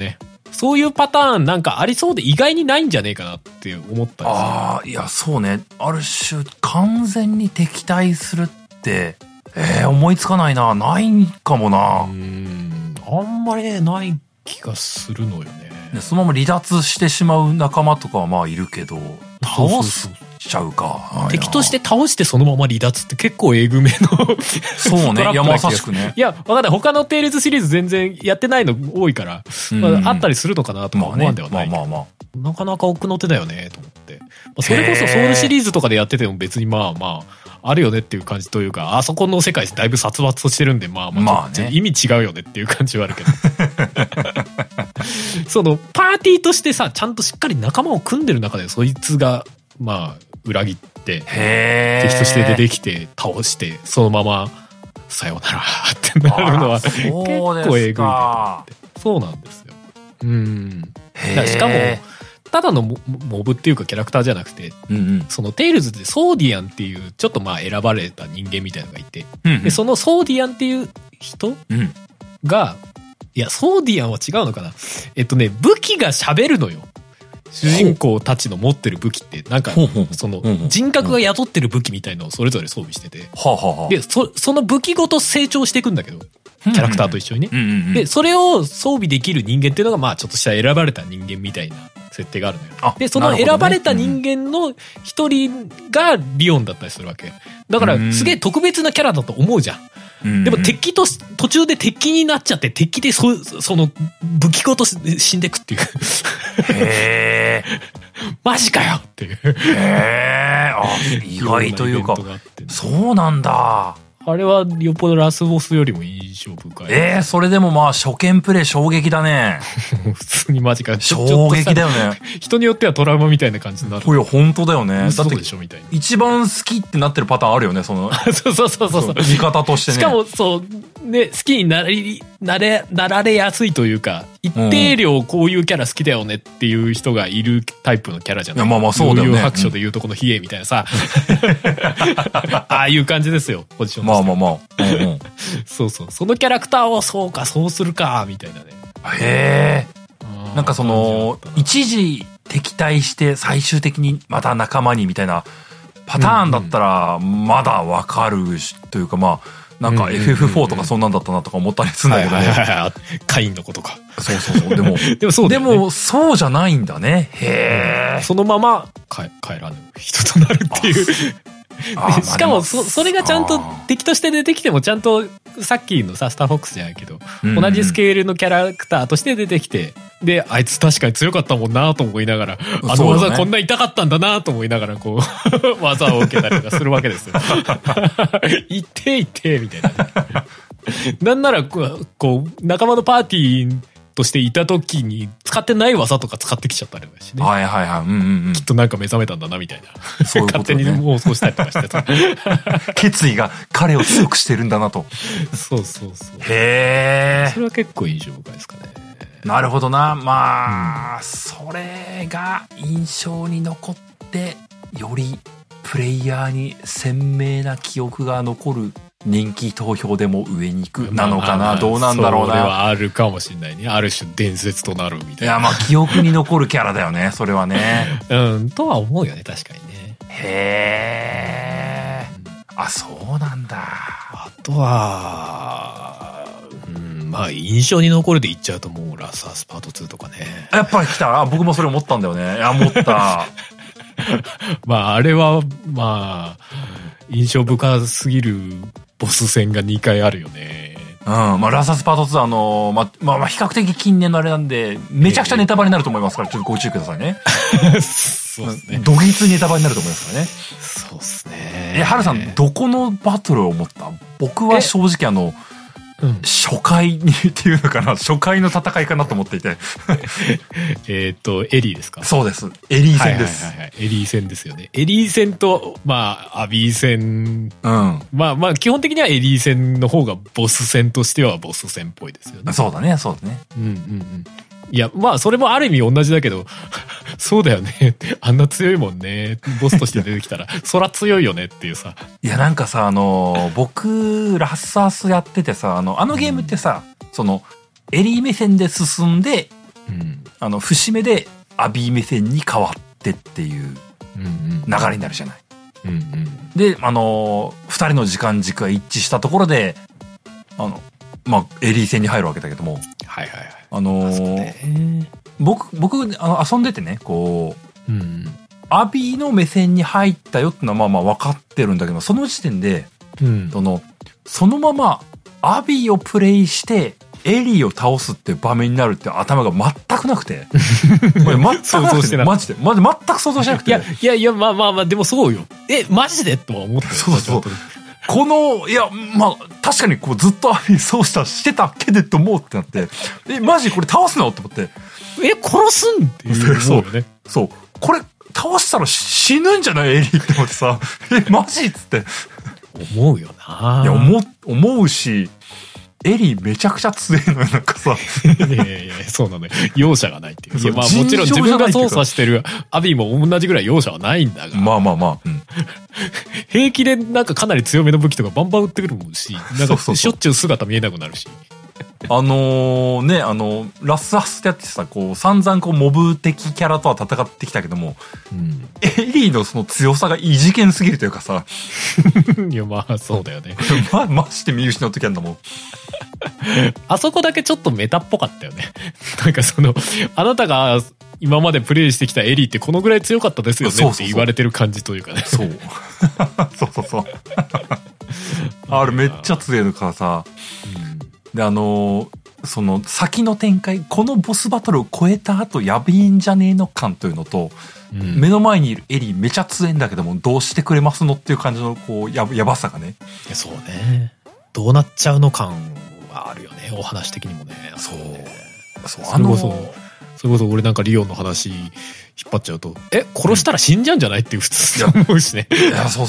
そういうパターンなんかありそうで意外にないんじゃねえかなって思ったんですよ。 ああ、いや、そうね。ある種、完全に敵対するって、思いつかないな。ないかもな。 あんまりね、ない気がするのよね。 そのまま離脱してしまう仲間とかはまあいるけど、倒しちゃうか。 敵として倒してそのまま離脱って結構えぐめのそうね。いや、まさしくね。 いや、わかんない。他のテイルズシリーズ全然やってないの多いから、あったりするのかなとか思わんではない。 まあ。 なかなか奥の手だよね、と思って。それこそソウルシリーズとかでやってても別にまあ、あるよねっていう感じというか、あそこの世界だいぶ殺伐としてるんで、まあね、意味違うよねっていう感じはあるけど。その、パーティーとしてさ、ちゃんとしっかり仲間を組んでる中で、そいつが、まあ、裏切って、敵として出てきて、倒して、そのまま、さようならってなるのは、結構えぐいなって。そうなんですよ。しかも、ただのモブっていうかキャラクターじゃなくて、そのテイルズでソーディアンっていうちょっとまあ選ばれた人間みたいなのがいて、でそのソーディアンっていう人が、いやソーディアンは違うのかな、武器が喋るのよ。主人公たちの持ってる武器ってなんかその人格が宿ってる武器みたいのをそれぞれ装備してて、でその武器ごと成長していくんだけど、キャラクターと一緒にね。でそれを装備できる人間っていうのがまあちょっとした選ばれた人間みたいな設定があるのよ。でその選ばれた人間の一人がリオンだったりするわけだから、すげえ特別なキャラだと思うじゃん。でも敵と途中で敵になっちゃって敵でその武器ごと死んでくっていう。 へーマジかよっていう。 意外というか、そうなんだ。 あれはよっぽどラスボスよりも印象深い。 それでもまあ初見プレイ衝撃だね。 普通にマジか。 衝撃だよね。 人によってはトラウマみたいな感じになる。 いや、本当だよね。 だってでしょみたいな。 一番好きってなってるパターンあるよね、その。 そう。 味方としてね。 しかも、そう、ね、好きになられやすいというか、一定量こういうキャラ好きだよねっていう人がいるタイプのキャラじゃない。 いや、まあそうだよね。 白書でいうとこのヒエみたいなさ。ああいう感じですよ、ポジションとして。まあ。そう。そのキャラクターをそうするか、みたいなね。 へー。なんかその、一時敵対して最終的にまた仲間にみたいなパターンだったら、まだわかるし、というかまあ、なんか FF4 とかそんなんだったなとか思ったりするんだけどね。 カインのことか。 そう。でも、でもそうじゃないんだね。へー。 そのまま帰らぬ人となるっていう。しかもそれがちゃんと敵として出てきてもちゃんとさっきのさスターフォックスじゃないけど、同じスケールのキャラクターとして出てきて、であいつ確かに強かったもんなと思いながら、あの技こんな痛かったんだなと思いながらこう技を受けたりとかするわけですよ。いってみたいな、ね。なんならこう仲間のパーティーとしていた時に使ってない技とか使ってきちゃったりとかしね。きっとなんか目覚めたんだなみたいな。そういうことね、勝手に妄想したりとかしてさ。 決意が彼を強くしてるんだなと。 そう。 へー。 それは結構印象深いですかね。 なるほどな。まあ、それが印象に残って、よりプレイヤーに鮮明な記憶が残る人気投票でも上に行くなのかな。どうなんだろうな。 それはあるかもしれないね。ある種伝説となるみたいな。 いや、まあ記憶に残るキャラだよね。それはね。 とは思うよね。確かにね。 へー。そうなんだ。 あとは、まあ印象に残るで言っちゃうともうラスアスパート2とかね。 やっぱり来た。僕もそれ思ったんだよね。思った。 まああれはまあ印象深すぎるボス戦が2回あるよね。 まあラスアスパート2まあ比較的近年のあれなんでめちゃくちゃネタバレになると思いますから、ちょっとご注意くださいね。そうですね。どぎついネタバレになると思いますからね。 そうですね。 ハルさんどこのバトルを思った？僕は正直初回にっていうのかな、初回の戦いかなと思っていて。 エリーですか？ そうです。エリー戦です。 エリー戦ですよね。エリー戦と、まあ、アビー戦。まあ、基本的にはエリー戦の方がボス戦としてはボス戦っぽいですよね。 そうだね。 いや、まあ、それもある意味同じだけど、そうだよねって、あんな強いもんね。ボスとして出てきたら、そら強いよねっていうさ。 いや、なんかさ、僕、ラスアスやっててさ、あのゲームってさ、エリー目線で進んで、 節目でアビー目線に変わってっていう流れになるじゃない。 うんうん、 で、二人の時間軸が一致したところで、まあ、エリー戦に入るわけだけども。 はいはいはい。 僕、遊んでてね、こう、 うん、 アビーの目線に入ったよってのはまあまあ分かってるんだけど、その時点で、 うん、 そのままアビーをプレイして、エリーを倒すって場面になるって頭が全くなくて。全く想像してない。 マジで全く想像しなくて。 いや、まあ、でもそうよ。マジでとは思ってた。 そう。いや、まあ、確かにこうずっとアビーそうしてたけでと思うってなって、マジこれ倒すのって思って。 殺すんっていう。 そう。これ、倒したら死ぬんじゃないエリーって思ってさ、マジっつって。 思うよな。 いや、思うし、エリーめちゃくちゃ強いのよ、なんかさ。 いや、そうなのよ。容赦がないっていう。いや、まあもちろん自分が操作してるアビーも同じぐらい容赦はないんだが。 まあ。うん、 平気でなんかかなり強めの武器とかバンバン撃ってくるもんし、なんかしょっちゅう姿見えなくなるし。 ラスアスってやってさ、こう、散々こう、モブ的キャラとは戦ってきたけども、 うん、 エリーのその強さが異次元すぎるというかさ。 いや、まあ、そうだよね。 マジで見失う時あんだもん。 あそこだけちょっとメタっぽかったよね。なんかあなたが今までプレイしてきたエリーってこのぐらい強かったですよねって言われてる感じというかね。 そう。そう。あれめっちゃ強いのからさ。で、その先の展開、このボスバトルを超えた後やべえんじゃねえの感というのと、目の前にいるエリーめちゃ強いんだけども、どうしてくれますのっていう感じのこうやばさがね。 いや、そうね。どうなっちゃうの感はあるよね、お話的にもね。 そう。 それこそ俺なんかリオンの話引っ張っちゃうと、殺したら死んじゃうんじゃないっていう普通に思うしね。 いや、そう。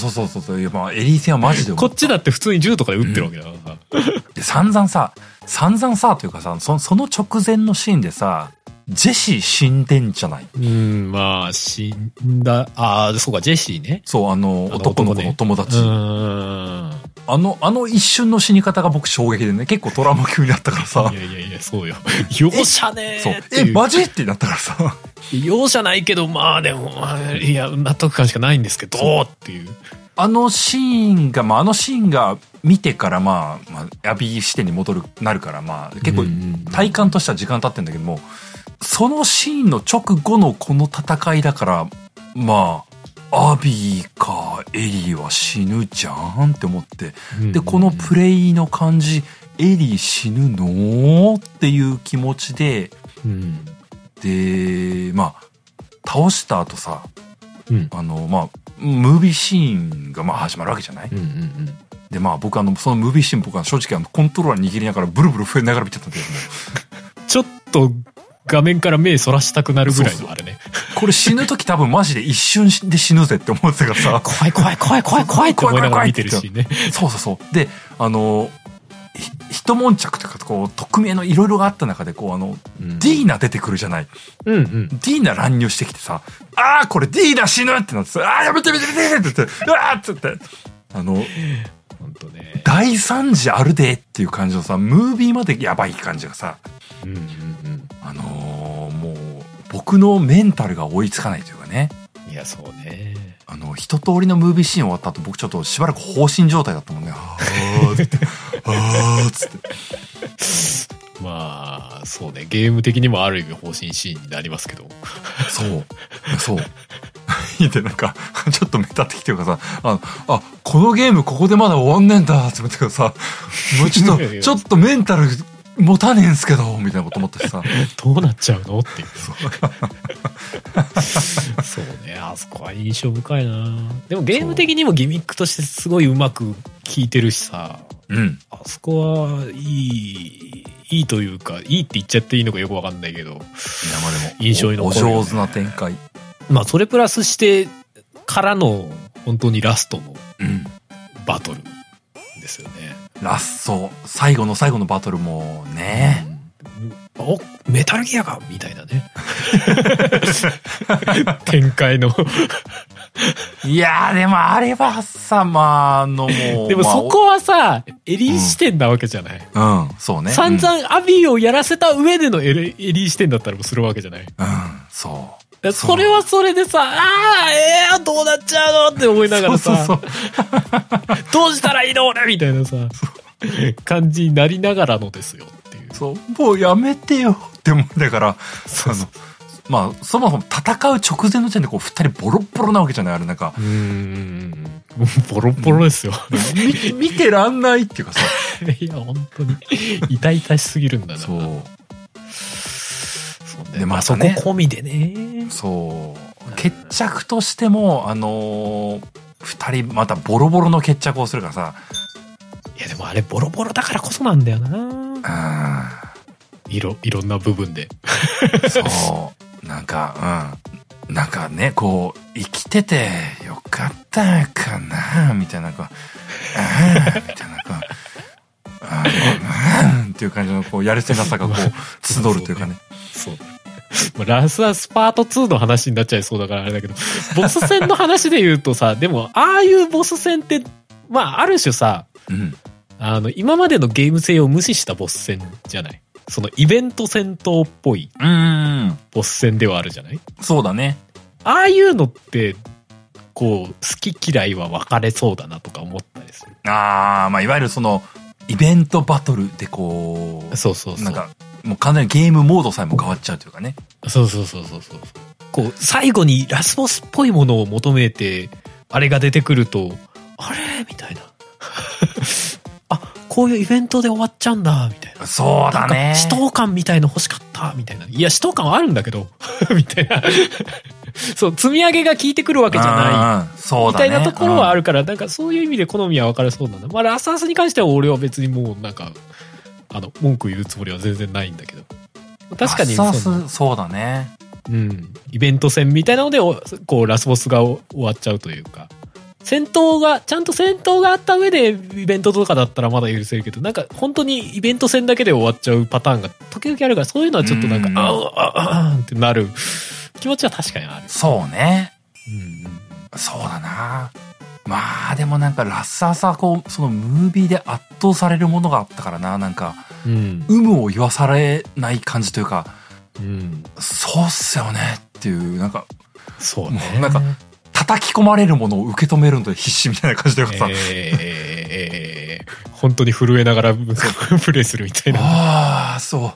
いや、まあ、エリー戦はマジで。 こっちだって普通に銃とかで撃ってるわけだからさ。 で、散々さ、というかさ、その直前のシーンでさ、ジェシー死んでんじゃない？ まあ、死んだ、そうか、ジェシーね。 そう、男の子の友達。あの一瞬の死に方が僕衝撃でね、結構トラウマ級になったからさ。 いや、そうよ。容赦ねーそう。マジってなったからさ。 容赦ないけど、まあでも、いや、納得感しかないんですけど、っていう。 あのシーンが見てからまあ、アビー視点になるから、まあ、結構体感としては時間経ってんだけども、そのシーンの直後のこの戦いだから、まあ、アビーかエリーは死ぬじゃんって思って、で、このプレイの感じ、エリー死ぬのっていう気持ちで、で、まあ、倒した後さ、まあ、ムービーシーンがまあ始まるわけじゃない？で、まあ僕そのムービーシーン僕は正直コントローラー握りながらブルブル震えながら見てたんだけども。 ちょっと画面から目そらしたくなるぐらいのあれね。 これ死ぬ時多分マジで一瞬で死ぬぜって思ってたからさ。 怖いって思いながら見てるしね。 そう。で、一悶着というか、こう、匿名のいろいろがあった中で、こう、ディーナ出てくるじゃない。ディーナ乱入してきてさ、これディーナ死ぬってなってさ、やめてって言って、うわーって言って、本当ね。大惨事あるでっていう感じのさ、ムービーまでやばい感じがさ、もう、僕のメンタルが追いつかないというかね。 いや、そうね。 一通りのムービーシーン終わった後、僕ちょっとしばらく放心状態だったもんね。つって。 まあ、そうね。ゲーム的にもある意味放心シーンになりますけど。 そう。で、なんか、ちょっとメタってきてるからさ、このゲームここでまだ終わんねえんだって思ってからさ、もうちょっとメンタル持たねえんすけど、みたいなこと思ったしさ。 どうなっちゃうのっていう。そうね、あそこは印象深いな。でもゲーム的にもギミックとしてすごいうまく効いてるしさ、あそこはいいというか、いいって言っちゃっていいのかよくわかんないけど、印象に残るよね。 お上手な展開。 まあそれプラスしてからの本当にラストのバトルですよね。 最後のバトルもね、 メタルギアかみたいなね展開のいやー、でもあれはさ、まあ、もう。 でもそこはさ、エリー視点なわけじゃない。 うん、そうね。 散々アビーをやらせた上でのエリー視点だったらもうするわけじゃない。 そう。 それはそれでさ、どうなっちゃうのって思いながらさ、そうどうしたらいいの俺みたいなさ、感じになりながらのですよっていう。 そう、もうやめてよって思う。だから、まあ、そもそも戦う直前の時点でこう二人ボロッボロなわけじゃないあれなんか。 ボロッボロですよ。 見てらんないっていうかさ。 いや、本当に、痛々しすぎるんだな。 そう。 で、まあそこ込みでね。 そう。決着としても、二人またボロボロの決着をするからさ。 いやでもあれボロボロだからこそなんだよな。いろんな部分で。 そう。なんかね、こう、生きててよかったかなみたいな、みたいな、っていう感じの、こう、やるせなさがこう、集るというかね。 そう。ラスはスパート2の話になっちゃいそうだからあれだけど、ボス戦の話で言うとさ、でも、ああいうボス戦って、まあ、ある種さ、今までのゲーム性を無視したボス戦じゃない。そのイベント戦闘っぽいボス戦ではあるじゃない？ そうだね。 ああいうのってこう好き嫌いは分かれそうだなとか思ったりする。 まあいわゆるそのイベントバトルでこう、そうなんかもう完全にゲームモードさえも変わっちゃうというかね。そう。 こう最後にラスボスっぽいものを求めてあれが出てくるとあれみたいな。こういうイベントで終わっちゃうんだみたいな。 そうだね。 死闘感みたいの欲しかったみたいな。いや死闘感はあるんだけどみたいな。そう積み上げが効いてくるわけじゃない。そうだね。みたいなところはあるから、なんかそういう意味で好みは分かれそうなんだ。まあラスアスに関しては俺は別にもうなんか文句言うつもりは全然ないんだけど。確かにラスアスそうだね。 イベント戦みたいなのでこうラスボスが終わっちゃうというか。ちゃんと戦闘があった上でイベントとかだったらまだ許せるけど、なんか本当にイベント戦だけで終わっちゃうパターンが時々あるから、そういうのはちょっとなんか、ってなる気持ちは確かにある。 そうね。そうだな。まあでもなんかラスアスはこう、そのムービーで圧倒されるものがあったからな、なんか、有無を言わされない感じというか、そうっすよねっていう、なんか、 そうね。 なんか、叩き込まれるものを受け止めるので必死みたいな感じでさ、 本当に震えながらプレイするみたいな。 そう。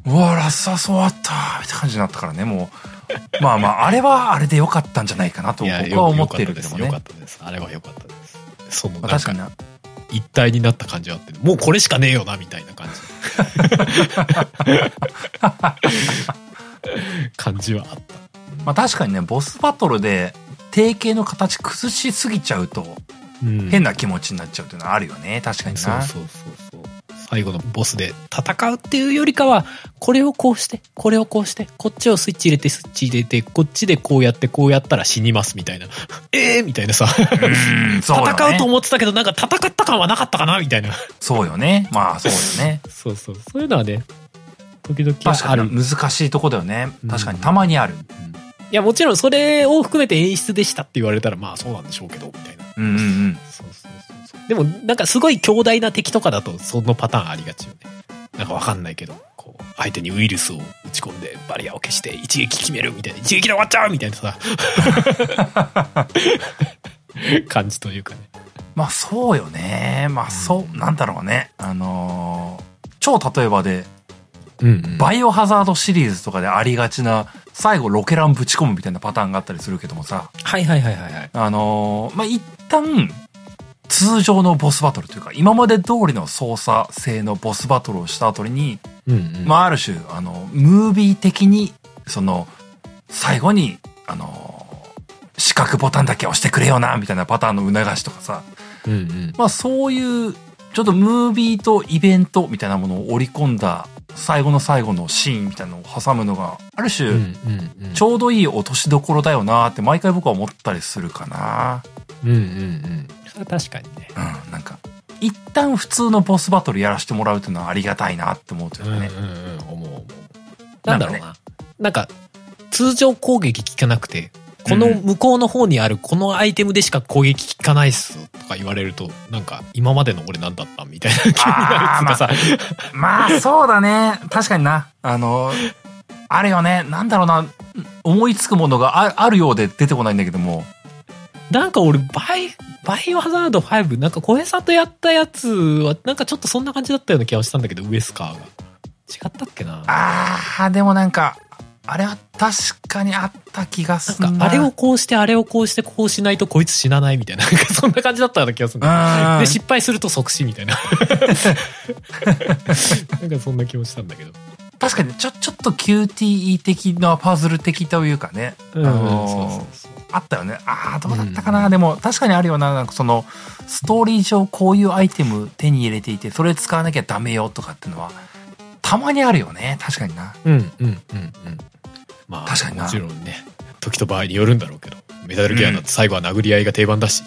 うわ、ラスアス終わったみたいな感じになったからね、もう。まあ、あれはあれで良かったんじゃないかなと僕は思っているけどもね。 良かったです。あれは良かったです。そのなん確かにな。 一体になった感じはあって、もうこれしかねえよなみたいな感じはあった。 まあ確かにね、ボスバトルで定型の形崩しすぎちゃうと、変な気持ちになっちゃうっていうのはあるよね。確かにな。 そう。最後のボスで戦うっていうよりかは、これをこうして、これをこうして、こっちをスイッチ入れて、スイッチ入れて、こっちでこうやったら死にますみたいな。みたいなさ。戦うと思ってたけど、なんか戦った感はなかったかなみたいな。 そうよね。まあそうよね。 そう。そういうのはね、時々 ある。確かに難しいとこだよね。確かにたまにある。 いや、もちろんそれを含めて演出でしたって言われたら、まあそうなんでしょうけど、みたいな。そう。でも、なんかすごい強大な敵とかだと、そのパターンありがちよね。なんかわかんないけど、こう、相手にウイルスを打ち込んで、バリアを消して、一撃決めるみたいな、一撃で終わっちゃうみたいなさ。感じというかね。 まあそうよね。まあなんだろうね。超例えばで、バイオハザードシリーズとかでありがちな、最後ロケランぶち込むみたいなパターンがあったりするけどもさ。 はい。 まあ一旦、通常のボスバトルというか、今まで通りの操作性のボスバトルをした後に、まあある種、ムービー的に、最後に、四角ボタンだけ押してくれよな、みたいなパターンの促しとかさ。まあそういう、ちょっとムービーとイベントみたいなものを織り込んだ、最後のシーンみたいなのを挟むのが、ある種、ちょうどいい落としどころだよなって毎回僕は思ったりするかな。 確かにね。 なんか、一旦普通のボスバトルやらせてもらうっていうのはありがたいなって思うというかね。 思う。なんだろうな。なんか、通常攻撃効かなくて、 この向こうの方にあるこのアイテムでしか攻撃効かないっすとか言われると、なんか今までの俺なんだったみたいな気になるとかさ。 まあそうだね。確かにな。あるよね。なんだろうな。思いつくものがあるようで出てこないんだけども。 なんか俺、バイオハザード5、なんか小江さんとやったやつは、なんかちょっとそんな感じだったような気がしたんだけど、ウエスカーが。違ったっけな。 でもなんか、あれは確かにあった気がするな。 なんかあれをこうして、あれをこうして、こうしないとこいつ死なないみたいな、なんかそんな感じだったような気がするんだ。で、失敗すると即死みたいな。なんかそんな気もしたんだけど。 確かにちょっと QTE 的なパズル的というかね。あったよね。どうだったかな。でも確かにあるよな。なんかそのストーリー上こういうアイテム手に入れていて、それ使わなきゃダメよとかっていうのはたまにあるよね。確かにな。 まあ確かにな。 もちろんね、時と場合によるんだろうけど、メタルギアなんて最後は殴り合いが定番だし。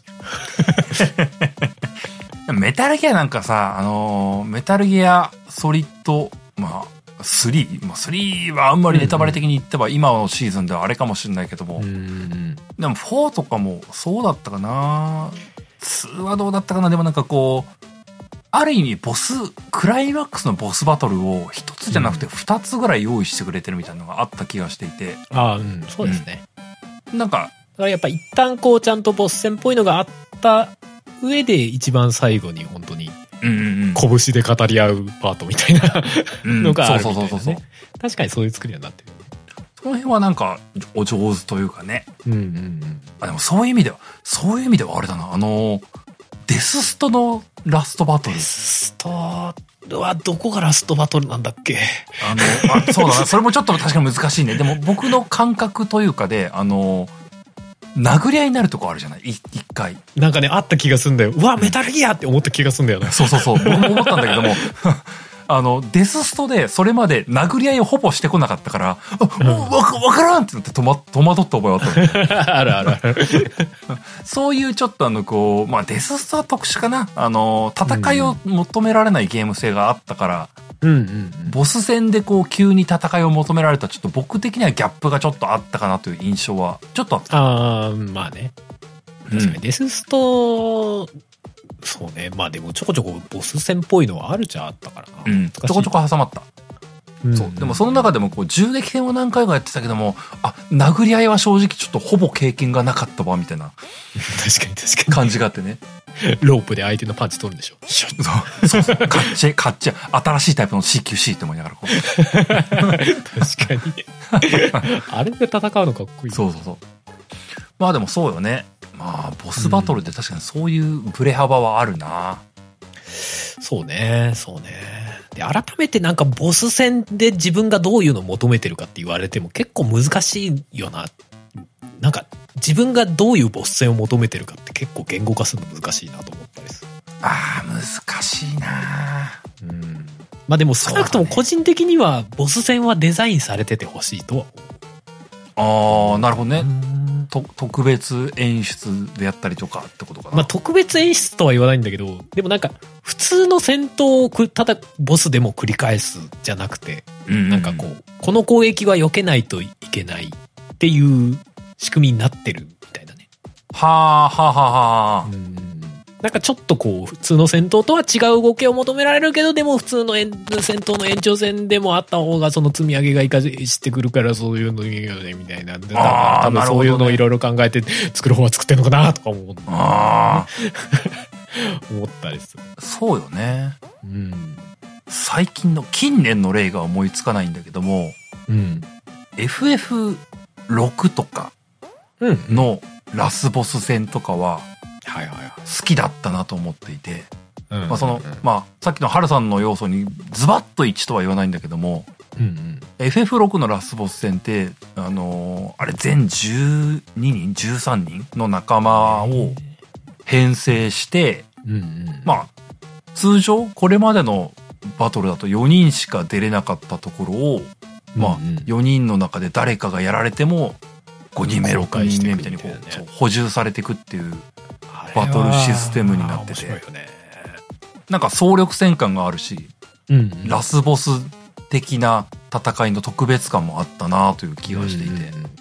メタルギアなんかさ、メタルギアソリッド、3はあんまりネタバレ的に言ってば今のシーズンではあれかもしれないけども、でも4とかもそうだったかな。2はどうだったかな。でもなんかこうある意味クライマックスのボスバトルを一つじゃなくて二つぐらい用意してくれてるみたいなのがあった気がしていて、 そうですね。 なんかだからやっぱ一旦こうちゃんとボス戦っぽいのがあった上で一番最後に本当に拳で語り合うパートみたいなのがあるみたいなね。確かにそういう作りになってる。 その辺はなんかお上手というかね。でもそういう意味ではあれだな。デスストのラストバトル。 デスストはどこがラストバトルなんだっけ。 そうだな。それもちょっと確かに難しいね。でも僕の感覚というかで、殴り合いになるとこあるじゃない。一回。 なんかね、あった気がするんだよ。うわ、メタルギアって思った気がするんだよね。 そう。僕も思ったんだけども、デスストでそれまで殴り合いをほぼしてこなかったから、わからんってなって戸惑った覚えはあった。 ある。 そういうちょっとデスストは特殊かな。戦いを求められないゲーム性があったから、ボス戦でこう急に戦いを求められたちょっと僕的にはギャップがちょっとあったかなという印象はちょっとあった。 まあね。確かにデススト、そうね。まあでもちょこちょこボス戦っぽいのはあるっちゃあったからな。 ちょこちょこ挟まった。そう。でもその中でもこう銃撃戦を何回かやってたけども、殴り合いは正直ちょっとほぼ経験がなかったわみたいな確かに感じがあってね。 ロープで相手のパンチ取るんでしょ。 そうカッチェ新しいタイプの CQC って思いながらこう。 確かに。あれで戦うのかっこいい。 そう。まあでもそうよね。まあボスバトルって確かにそういうブレ幅はあるな。 そうね。で、改めてなんかボス戦で自分がどういうのを求めてるかって言われても結構難しいよな。なんか自分がどういうボス戦を求めてるかって結構言語化するの難しいなと思ったりする。 難しいな。 まあでも少なくとも個人的にはボス戦はデザインされててほしいとは思う。なるほどね。特別演出でやったりとかってことかな。 まあ特別演出とは言わないんだけど、でもなんか普通の戦闘をただボスでも繰り返すじゃなくて、なんかこの攻撃は避けないといけないっていう仕組みになってるみたいなね。なんかちょっとこう普通の戦闘とは違う動きを求められるけど、でも普通の戦闘の延長戦でもあった方がその積み上げが生かしてくるから、そういうのいいよねみたいな。多分そういうのをいろいろ考えて作る方は作ってんのかなとか思ったりする。 そうよね。近年の例が思いつかないんだけども、FF6 とかのラスボス戦とかは好きだったなと思っていて、さっきのハルさんの要素にズバッと1とは言わないんだけども、FF6 のラスボス戦ってあれ全12人13人の仲間を編成して、通常これまでのバトルだと4人しか出れなかったところを、4人の中で誰かがやられても5人目6人目みたいにこう補充されていくっていうバトルシステムになってて、なんか総力戦感があるし、ラスボス的な戦いの特別感もあったなという気がしていて、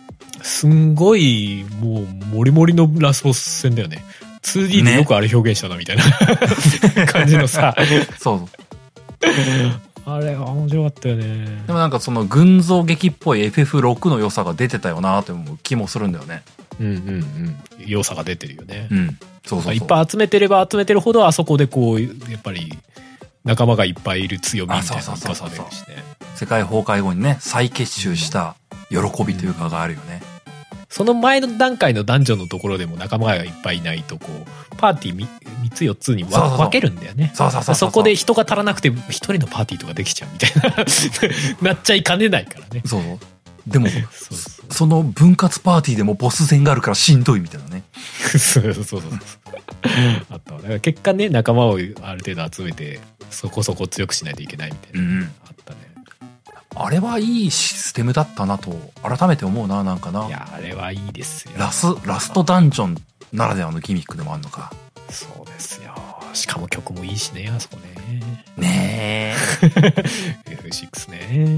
すんごい、もう、モリモリのラスボス戦だよね。2D でよくあれ表現したな、みたいな、ね、感じのさ。 そう。 あれは面白かったよね。 でもなんかその群像劇っぽい FF6 の良さが出てたよなって思う気もするんだよね。 うんうんうん。良さが出てるよね。 うん。そうそう。 いっぱい集めてれば集めてるほど、あそこでこう、やっぱり、仲間がいっぱいいる強みみたいなのが出されるしね。 世界崩壊後にね、再結集した喜びというかがあるよね。 その前の段階のダンジョンのところでも仲間がいっぱいいないと、こう、パーティー3つ4つに分けるんだよね。そこで人が足らなくて1人のパーティーとかできちゃうみたいななっちゃいかねないからね。 そう。でもその分割パーティーでもボス戦があるからしんどいみたいなね。 そうあったわ。だから結果ね、仲間をある程度集めてそこそこ強くしないといけないみたいな、あったね。 あれはいいシステムだったなと改めて思うな。なんかな。 いや、あれはいいですよ。 ラストダンジョンならではのギミックでもあるのか。 そうですよ。しかも曲もいいしね、あそこね。 ねえ。F6 ね。うんうん。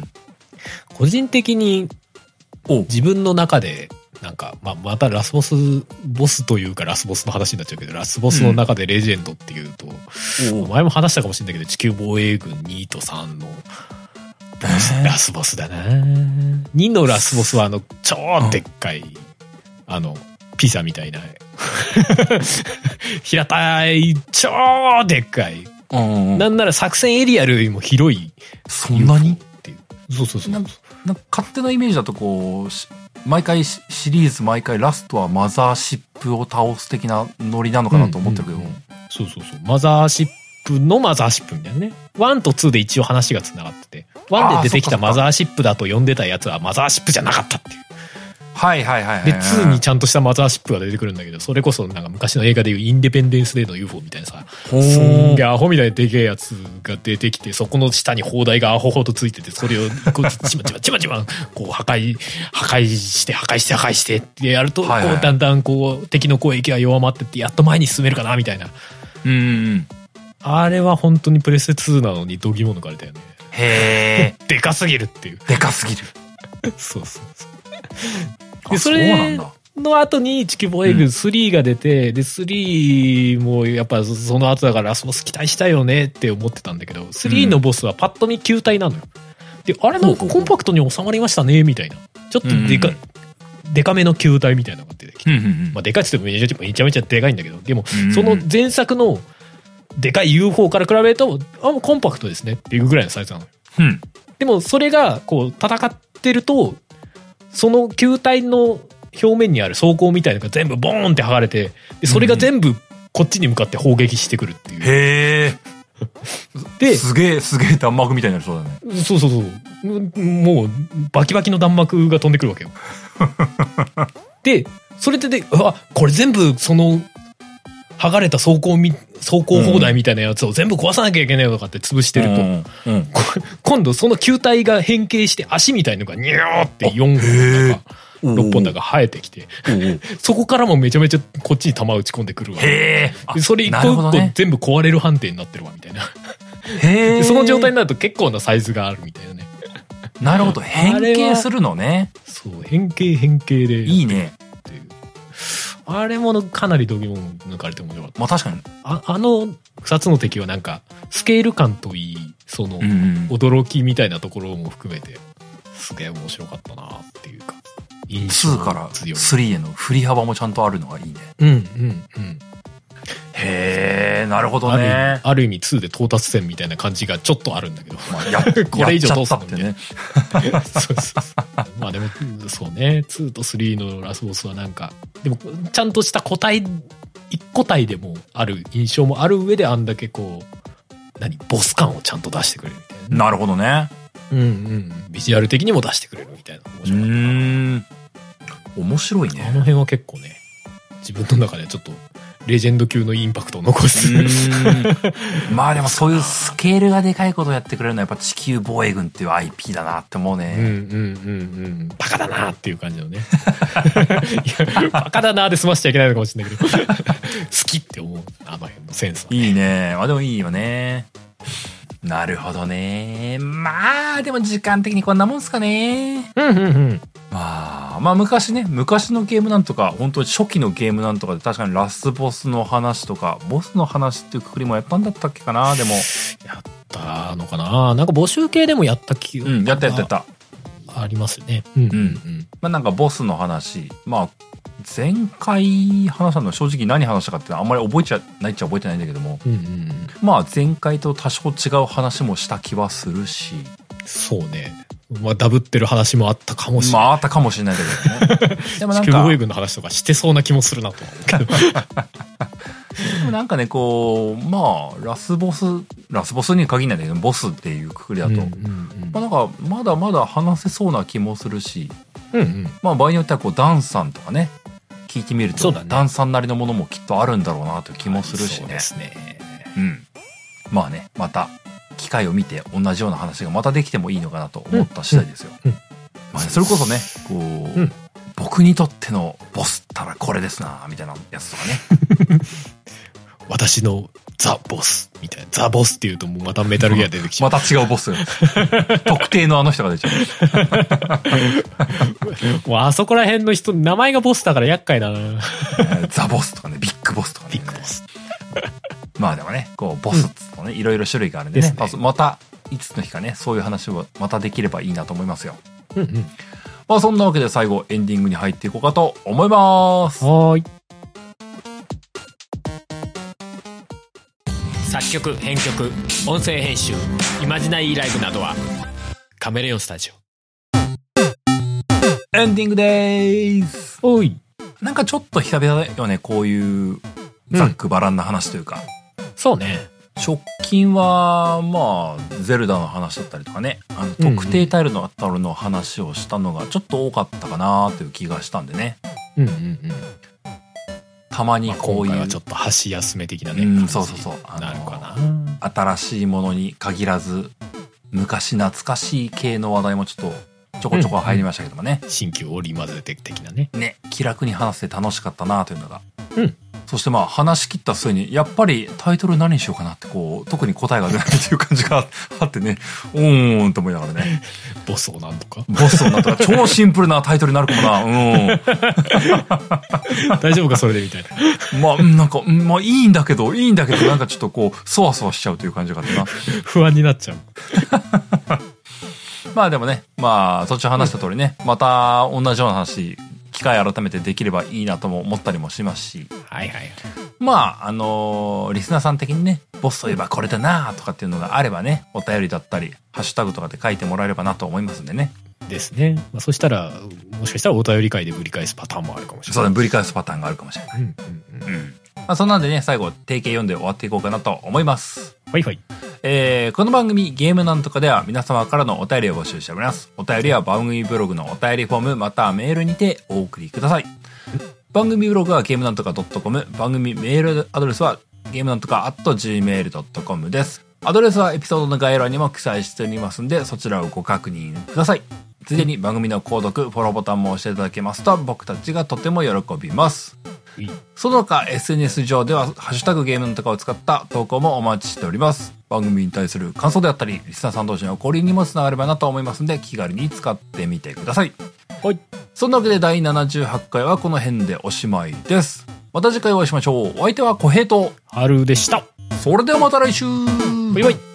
個人的に自分の中でなんか、またボスというかラスボスの話になっちゃうけど、ラスボスの中でレジェンドっていうと、前も話したかもしれないけど、地球防衛軍2と3のラスボスだな。2のラスボスは超でっかい、ピザみたいな平たい超でっかい、なんなら作戦エリアよりも広い。 そんなにっていう。そうなんか勝手なイメージだとこう毎回シリーズ毎回ラストはマザーシップを倒す的なノリなのかなと思ってるけど、 そうマザーシップのマザーシップみたいなね。1と2で一応話が繋がってて、1で出てきたマザーシップだと呼んでたやつはマザーシップじゃなかったっていう。 はいで2にちゃんとしたマザーシップが出てくるんだけど、それこそなんか昔の映画でいうインデペンデンスデーの UFO みたいなさ、すんげえアホみたいなでけえやつが出てきて、そこの下に砲台がアホほどついてて、それをこうちまちまこう破壊してってやると、こうだんだんこう敵の攻撃が弱まってって、やっと前に進めるかなみたいな。あれは本当にプレステ2なのに度肝抜かれたよね。 へえ。 でかすぎるっていう。 でかすぎる。 そうで、それの後に地球防衛軍3が出て、で、3もやっぱその後だからラスボス期待したいよねって思ってたんだけど、3のボスはパッと見球体なのよ。で、あれなんかコンパクトに収まりましたね、みたいな。ちょっとでかめの球体みたいなのが出てきて。でかいって言ってもめちゃめちゃでかいんだけど、でも、その前作のでかい UFO から比べると、もうコンパクトですねっていうぐらいのサイズなのよ。でも、それが、こう、戦ってると、その球体の表面にある装甲みたいなのが全部ボーンって剥がれて、でそれが全部こっちに向かって砲撃してくるっていう。 へー。で、すげえ弾幕みたいになりそうだね。 そう。もう、バキバキの弾幕が飛んでくるわけよ。で、それで、これ全部、その、剥がれた装甲砲台みたいなやつを全部壊さなきゃいけないのかって潰してると、今度その球体が変形して足みたいのがニューって4本だか6本だか生えてきて、そこからもめちゃめちゃこっちに弾打ち込んでくるわ。それ一個一個全部壊れる判定になってるわみたいな。その状態になると結構なサイズがあるみたいなね。 なるほど、変形するのね。 そう、変形で。 いいね。 あれもかなり度肝抜かれて面白かった。 まあ確かに。 あの2つの敵はなんか、スケール感といい、その、驚きみたいなところも含めて、すげえ面白かったなっていうか。 2から3への振り幅もちゃんとあるのがいいね。へえ、なるほどね。 ある意味2で到達点みたいな感じがちょっとあるんだけど。これ以上通すってね。まあでも、そうね。2と3のラスボスはなんか、でも、ちゃんとした個体、一個体でもある印象もある上であんだけこう、ボス感をちゃんと出してくれるみたいな。 なるほどね。 ビジュアル的にも出してくれるみたいな。 面白いね。 あの辺は結構ね、自分の中でちょっと、レジェンド級のインパクトを残す。 まあでもそういうスケールがでかいことをやってくれるのはやっぱ地球防衛軍っていう IP だなって思うね。 バカだなっていう感じのね。バカだなで済ましちゃいけないのかもしれないけど。好きって思う。あの辺のセンス、 いいね。まあでもいいよね。なるほどね。まあでも時間的にこんなもんすかね。 まあ昔のゲームなんとか、本当に初期のゲームなんとかで確かにラスボスの話とか、ボスの話っていうくくりもやったんだったっけかな、でも。 やったのかな、なんか募集系でもやった気が。 やった。 ありますよね。 まあなんかボスの話、まあ前回話したのは正直何話したかってあんまり覚えてないんだけども、まあ前回と多少違う話もした気はするし。 そうね。まあダブってる話もあったかもしれない。 まああったかもしれないけどね。 でもなんか地球防衛軍の話とかしてそうな気もするなと思うけど。 でもなんかね、こう、まあ、ラスボスに限らないんだけど、ボスっていうくくりだと、まあなんか、まだまだ話せそうな気もするし、まあ場合によってはこう、ダンさんとかね、聞いてみると、ダンさんなりのものもきっとあるんだろうなという気もするしね。そうですね。まあね、また、機会を見て同じような話がまたできてもいいのかなと思った次第ですよ。まあね、それこそね、こう、僕にとってのボスったらこれですな、みたいなやつとかね。 私のザ・ボスみたいな。ザ・ボスって言うともうまたメタルギア出てきちゃう。 また違うボス。特定のあの人が出ちゃう。もうあそこら辺の人、名前がボスだから厄介だな。 ザ・ボスとかね、ビッグボスとかね。 ビッグボス。 まあでもね、こう、ボスとね、いろいろ種類があるんでね。また、いつの日かね、そういう話をまたできればいいなと思いますよ。まあそんなわけで最後エンディングに入っていこうかと思います。 はい。作曲、編曲、音声編集、イマジナリーライブなどはカメレオンスタジオ。 エンディングでーす。 おい。 なんかちょっと久々だよね、こういうざっくばらんな話というか。 そうね。 直近はまあゼルダの話だったりとかね、特定タイルの話をしたのがちょっと多かったかなという気がしたんでね。たまにこういう、 今回はちょっと箸休め的なね。 そうなるかな。 新しいものに限らず昔懐かしい系の話題もちょっとちょこちょこ入りましたけどもね。 新旧織り交ぜて的なね。 気楽に話せて楽しかったなというのが。そしてまあ話し切った末にやっぱりタイトル何にしようかなってこう特に答えが出ないという感じがあってね、と思いながらね。 ボスをなんとか超シンプルなタイトルになるかもな。 大丈夫かそれでみたいな。 まあなんかまあいいんだけどなんかちょっとこうそわそわしちゃうという感じがあってな。 不安になっちゃう。 まあでもね、まあ途中話した通りね、また同じような話機会改めてできればいいなとも思ったりもしますし、まあリスナーさん的にね、ボスといえばこれだなとかっていうのがあればね、お便りだったりハッシュタグとかで書いてもらえればなと思いますんでね。 ですね。まあそしたらもしかしたらお便り会でぶり返すパターンもあるかもしれない。 そうね、ぶり返すパターンがあるかもしれない。まあそんなんでね、最後定型読んで終わっていこうかなと思います。この番組ゲームなんとかでは皆様からのお便りを募集しております。お便りは番組ブログのお便りフォームまたはメールにてお送りください。番組ブログはゲームなんとか .com、 番組メールアドレスはゲームなんとか @gmail.com です。アドレスはエピソードの概要欄にも記載しておりますので、そちらをご確認ください。ついでに番組の購読フォローボタンも押していただけますと僕たちがとても喜びます。その他 SNS 上ではハッシュタグゲームなんとかを使った投稿もお待ちしております。番組に対する感想であったりリスナーさん同士の交流にもつながればなと思いますので気軽に使ってみてください。そんなわけで第78回はこの辺でおしまいです。また次回お会いしましょう。お相手は小平と春でした。 それではまた来週。 バイバイ。